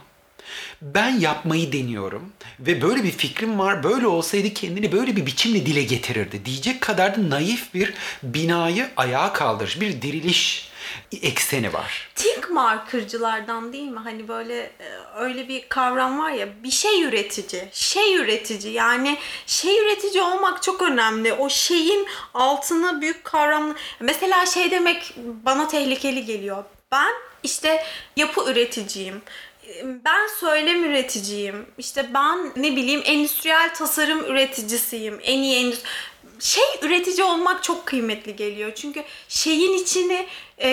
Ben yapmayı deniyorum ve böyle bir fikrim var, böyle olsaydı kendini böyle bir biçimle dile getirirdi diyecek kadar da naif bir binayı ayağa kaldırış, bir diriliş ekseni var. Think markercılardan değil mi? Hani böyle öyle bir kavram var ya, bir şey üretici. Şey üretici, yani şey üretici olmak çok önemli. O şeyin altına büyük kavramlı. Mesela şey demek bana tehlikeli geliyor. Ben işte yapı üreticiyim. Ben söylem üreticiyim. İşte ben ne bileyim endüstriyel tasarım üreticisiyim. En iyi şey üretici olmak çok kıymetli geliyor. Çünkü şeyin içini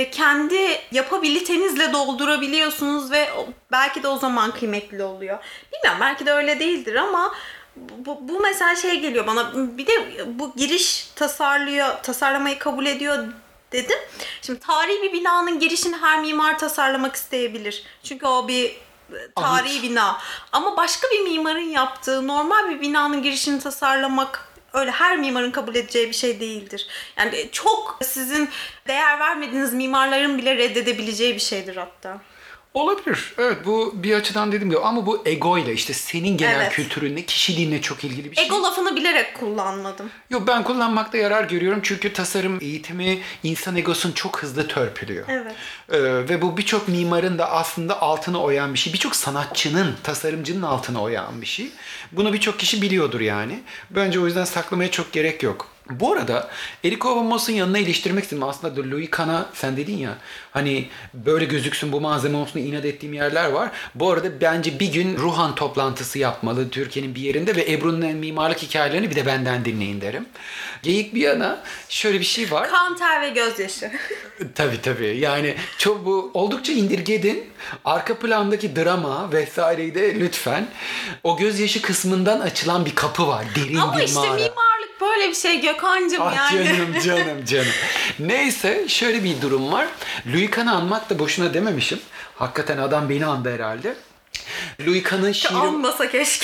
kendi yapabilitenizle doldurabiliyorsunuz ve belki de o zaman kıymetli oluyor. Bilmiyorum, belki de öyle değildir ama bu mesela şey geliyor bana. Bir de bu giriş tasarlamayı kabul ediyor dedim. Şimdi tarihi bir binanın girişini her mimar tasarlamak isteyebilir. Çünkü o bir tarihi bina. Ama başka bir mimarın yaptığı normal bir binanın girişini tasarlamak öyle her mimarın kabul edeceği bir şey değildir. Yani çok sizin değer vermediğiniz mimarların bile reddedebileceği bir şeydir hatta. Olabilir. Evet, bu bir açıdan dediğim gibi ama bu egoyla işte senin genel kültürünle, kişiliğinle çok ilgili bir şey. Ego lafını bilerek kullanmadım. Yok, ben kullanmakta yarar görüyorum çünkü tasarım eğitimi insan egosunu çok hızlı törpülüyor. Evet. Ve bu birçok mimarın da aslında altını oyan bir şey. Birçok sanatçının, tasarımcının altını oyan bir şey. Bunu birçok kişi biliyordur yani. Bence o yüzden saklamaya çok gerek yok. Bu arada Eriko Van Moss'un yanına iliştirmek istedim. Aslında Louis Kahne'a sen dedin ya hani böyle gözüksün bu malzeme olsun inat ettiğim yerler var. Bu arada bence bir gün Ruhan toplantısı yapmalı Türkiye'nin bir yerinde ve Ebru'nun mimarlık hikayelerini bir de benden dinleyin derim. Geyik bir yana şöyle bir şey var. Kan, ter ve gözyaşı. Tabii yani çok bu oldukça indirgedin. Arka plandaki drama vesaireyi de lütfen. O gözyaşı kısmından açılan bir kapı var. Derin ama bir işte mağara. Mimarlık böyle bir şey Gökhan'cığım yani. Canım. Neyse şöyle bir durum var. Louis Kahne'ı anmak da boşuna dememişim. Hakikaten adam beni andı herhalde. Louis Kahne'ın şiiri... Anmasa keşke.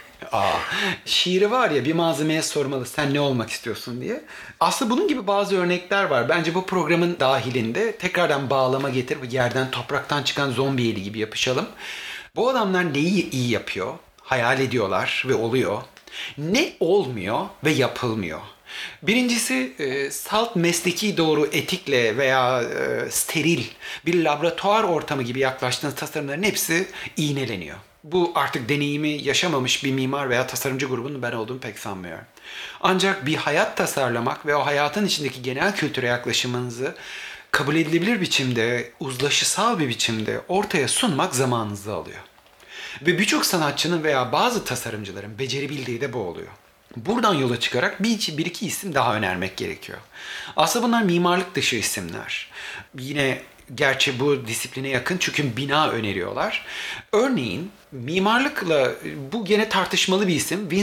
Şiiri var ya, bir malzemeye sormalı sen ne olmak istiyorsun diye. Aslında bunun gibi bazı örnekler var. Bence bu programın dahilinde tekrardan bağlama getirip yerden topraktan çıkan zombi eli gibi yapışalım. Bu adamlar neyi iyi yapıyor? Hayal ediyorlar ve oluyor. Ne olmuyor ve yapılmıyor? Birincisi salt mesleki doğru etikle veya steril bir laboratuvar ortamı gibi yaklaştığınız tasarımların hepsi iğneleniyor. Bu artık deneyimi yaşamamış bir mimar veya tasarımcı grubunun ben olduğumu pek sanmıyorum. Ancak bir hayat tasarlamak ve o hayatın içindeki genel kültüre yaklaşımınızı kabul edilebilir biçimde, uzlaşısal bir biçimde ortaya sunmak zamanınızı alıyor. Ve birçok sanatçının veya bazı tasarımcıların becerebildiği de bu oluyor. Buradan yola çıkarak bir iki isim daha önermek gerekiyor. Aslında bunlar mimarlık dışı isimler. Yine gerçi bu disipline yakın çünkü bina öneriyorlar. Örneğin mimarlıkla bu gene tartışmalı bir isim.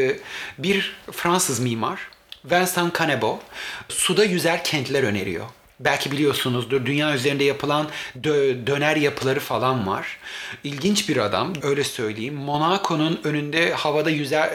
Bir Fransız mimar Vincent Canebaud suda yüzer kentler öneriyor. Belki biliyorsunuzdur, dünya üzerinde yapılan döner yapıları falan var. İlginç bir adam, öyle söyleyeyim. Monaco'nun önünde havada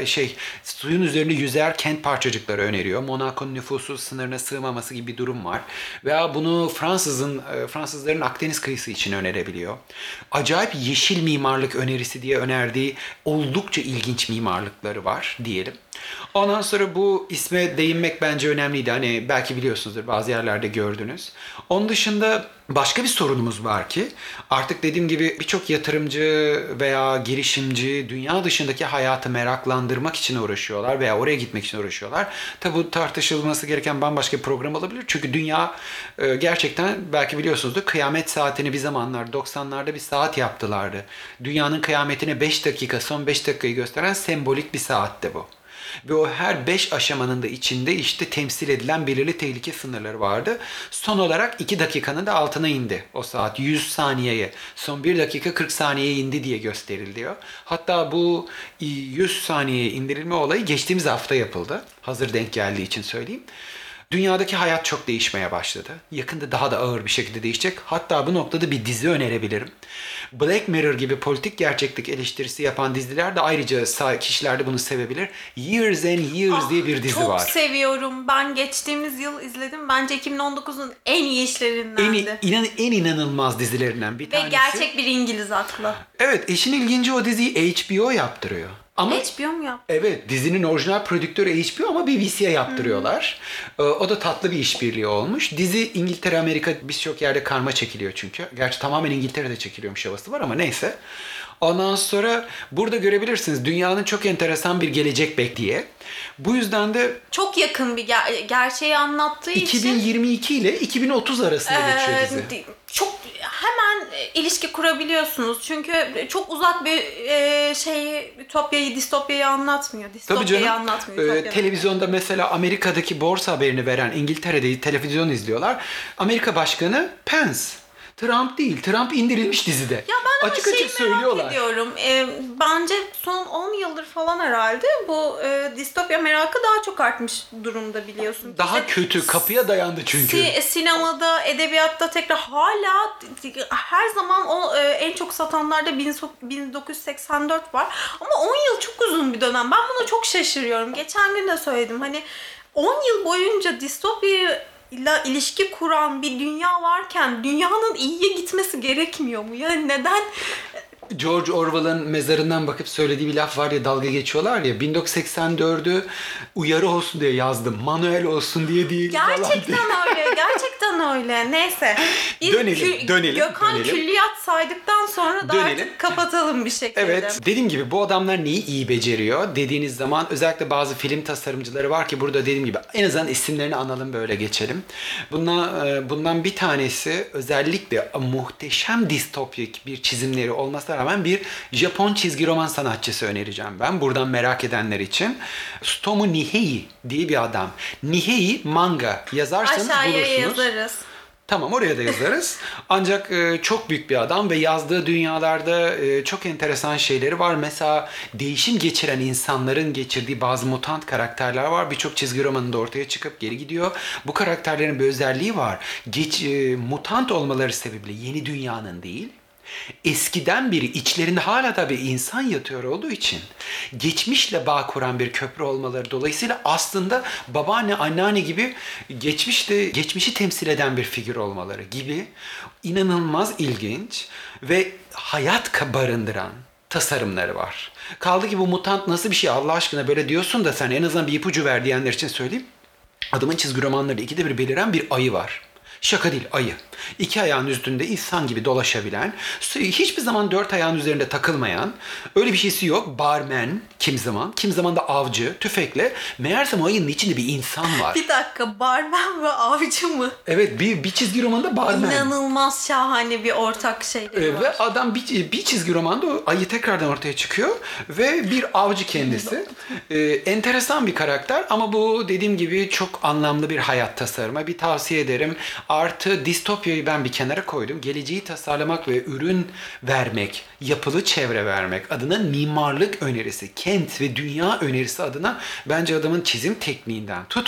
suyun üzerinde yüzer kent parçacıkları öneriyor. Monaco'nun nüfusu sınırına sığmaması gibi bir durum var. Veya bunu Fransızların Akdeniz kıyısı için önerebiliyor. Acayip yeşil mimarlık önerisi diye önerdiği oldukça ilginç mimarlıkları var diyelim. Ondan sonra bu isme değinmek bence önemliydi. Hani belki biliyorsunuzdur, bazı yerlerde gördünüz. Onun dışında başka bir sorunumuz var ki artık dediğim gibi birçok yatırımcı veya girişimci dünya dışındaki hayatı meraklandırmak için uğraşıyorlar veya oraya gitmek için uğraşıyorlar. Tabi bu tartışılması gereken bambaşka bir program olabilir. Çünkü dünya gerçekten belki biliyorsunuzdur, kıyamet saatini bir zamanlar 90'larda bir saat yaptılardı. Dünyanın kıyametine 5 dakika, son 5 dakikayı gösteren sembolik bir saatte bu. Ve o her 5 aşamanın da içinde işte temsil edilen belirli tehlike sınırları vardı. Son olarak 2 dakikanın da altına indi o saat. 100 saniyeye, son 1 dakika 40 saniyeye indi diye gösteriliyor. Hatta bu 100 saniyeye indirilme olayı geçtiğimiz hafta yapıldı. Hazır denk geldiği için söyleyeyim. Dünyadaki hayat çok değişmeye başladı. Yakında daha da ağır bir şekilde değişecek. Hatta bu noktada bir dizi önerebilirim. Black Mirror gibi politik gerçeklik eleştirisi yapan diziler de ayrıca kişiler de bunu sevebilir. Years and Years diye bir dizi var. Çok seviyorum. Ben geçtiğimiz yıl izledim. Bence 2019'un en iyi işlerindendi. En inanılmaz dizilerinden bir tanesi. Ve gerçek bir İngiliz aklı. Evet, işin ilginci o diziyi HBO yaptırıyor. Ama, HBO mu yaptı? Evet, dizinin orijinal prodüktörü HBO ama BBC'ye yaptırıyorlar. O da tatlı bir işbirliği olmuş. Dizi İngiltere, Amerika birçok yerde karma çekiliyor çünkü. Gerçi tamamen İngiltere'de çekiliyormuş havası var ama neyse. Ondan sonra burada görebilirsiniz dünyanın çok enteresan bir gelecek bekliyor. Bu yüzden de çok yakın bir gerçeği anlattığı 2022 ile 2030 arasında geçiyor dizi. Çok hemen ilişki kurabiliyorsunuz. Çünkü çok uzak bir ütopyayı, distopyayı anlatmıyor. Distopyayı anlatmıyor. Televizyonda mesela Amerika'daki borsa haberini veren İngiltere'de televizyon izliyorlar. Amerika Başkanı Pence. Trump değil. Trump indirilmiş dizide. Ya ben açık söylüyorlar. Merak ediyorum. Bence son 10 yıldır falan herhalde bu distopya merakı daha çok artmış durumda, biliyorsun. Daha kötü. Kapıya dayandı çünkü. Sinemada, edebiyatta tekrar hala her zaman o en çok satanlarda 1984 var. Ama 10 yıl çok uzun bir dönem. Ben buna çok şaşırıyorum. Geçen gün de söyledim. Hani 10 yıl boyunca distopya ile ilişki kuran bir dünya varken dünyanın iyiye gitmesi gerekmiyor mu? Yani neden? George Orwell'ın mezarından bakıp söylediği bir laf var ya, dalga geçiyorlar ya, 1984'ü uyarı olsun diye yazdım, manuel olsun diye değil. Gerçekten öyle. Neyse. Dönelim. Gökhan Külliyat saydıktan sonra da artık kapatalım bir şekilde. Evet. Dediğim gibi bu adamlar neyi iyi beceriyor dediğiniz zaman özellikle bazı film tasarımcıları var ki burada dediğim gibi en azından isimlerini analım, böyle geçelim. Bundan bir tanesi özellikle muhteşem distopik bir çizimleri olmasına rağmen bir Japon çizgi roman sanatçısı önereceğim ben. Buradan merak edenler için. Tsutomu Nihei diye bir adam. Nihei manga yazarsanız aşağıya bulursunuz. Yazarız. Tamam, oraya da yazarız. Ancak çok büyük bir adam ve yazdığı dünyalarda çok enteresan şeyleri var. Mesela değişim geçiren insanların geçirdiği bazı mutant karakterler var. Birçok çizgi romanında ortaya çıkıp geri gidiyor. Bu karakterlerin bir özelliği var. Mutant olmaları sebebiyle yeni dünyanın değil, eskiden biri içlerinde hala da bir insan yatıyor olduğu için geçmişle bağ kuran bir köprü olmaları dolayısıyla aslında babaanne, anneanne gibi geçmişi temsil eden bir figür olmaları gibi inanılmaz ilginç ve hayat barındıran tasarımları var. Kaldı ki bu mutant nasıl bir şey Allah aşkına böyle diyorsun da sen en azından bir ipucu ver diyenler için söyleyeyim. Adamın çizgi romanlarında 2'de 1 beliren bir ayı var. Şaka değil, ayı. 2 ayağın üstünde insan gibi dolaşabilen, hiçbir zaman 4 ayağın üzerinde takılmayan, öyle bir şeysi yok. Barmen kim zaman da avcı, tüfekle. Meğersem o ayının içinde bir insan var. Bir dakika, barmen ve avcı mı? Evet, bir çizgi romanda barmen. İnanılmaz şahane bir ortak şeyleri var. Ve adam bir çizgi romanda o ayı tekrardan ortaya çıkıyor ve bir avcı kendisi. Enteresan bir karakter ama bu dediğim gibi çok anlamlı bir hayat tasarımı. Bir tavsiye ederim. Artı distopyayı ben bir kenara koydum. Geleceği tasarlamak ve ürün vermek, yapılı çevre vermek adına mimarlık önerisi, kent ve dünya önerisi adına bence adamın çizim tekniğinden tutun.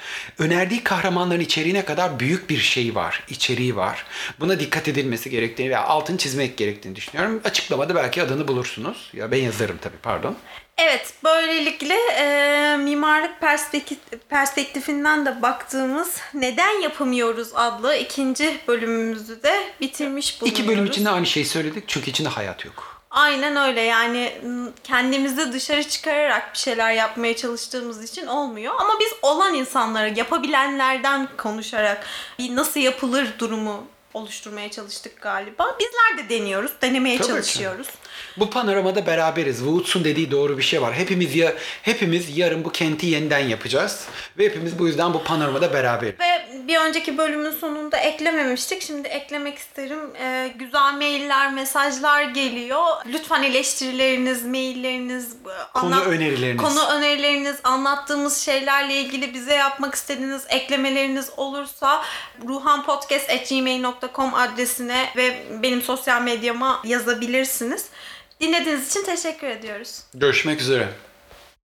önerdiği kahramanların içeriğine kadar büyük bir şey var, içeriği var. Buna dikkat edilmesi gerektiğini veya altını çizmek gerektiğini düşünüyorum. Açıklamada belki adını bulursunuz. Ya ben yazarım tabii, pardon. Evet, böylelikle mimarlık perspektifinden de baktığımız Neden Yapamıyoruz adlı 2. bölümümüzü de bitirmiş bulunuyoruz. 2 bölüm içinde aynı şeyi söyledik çünkü içinde hayat yok. Aynen öyle, yani kendimizi dışarı çıkararak bir şeyler yapmaya çalıştığımız için olmuyor. Ama biz olan insanlara, yapabilenlerden konuşarak bir nasıl yapılır durumu oluşturmaya çalıştık galiba. Bizler de deniyoruz, denemeye Tabii çalışıyoruz. ki. Bu panoramada beraberiz. Woods'un dediği doğru bir şey var. Hepimiz yarın bu kenti yeniden yapacağız. Ve hepimiz bu yüzden bu panoramada beraberiz. Ve bir önceki bölümün sonunda eklememiştik. Şimdi eklemek isterim. Güzel mailler, mesajlar geliyor. Lütfen eleştirileriniz, mailleriniz, Konu önerileriniz, anlattığımız şeylerle ilgili bize yapmak istediğiniz eklemeleriniz olursa ruhanpodcast@gmail.com adresine ve benim sosyal medyama yazabilirsiniz. Dinlediğiniz için teşekkür ediyoruz. Görüşmek üzere.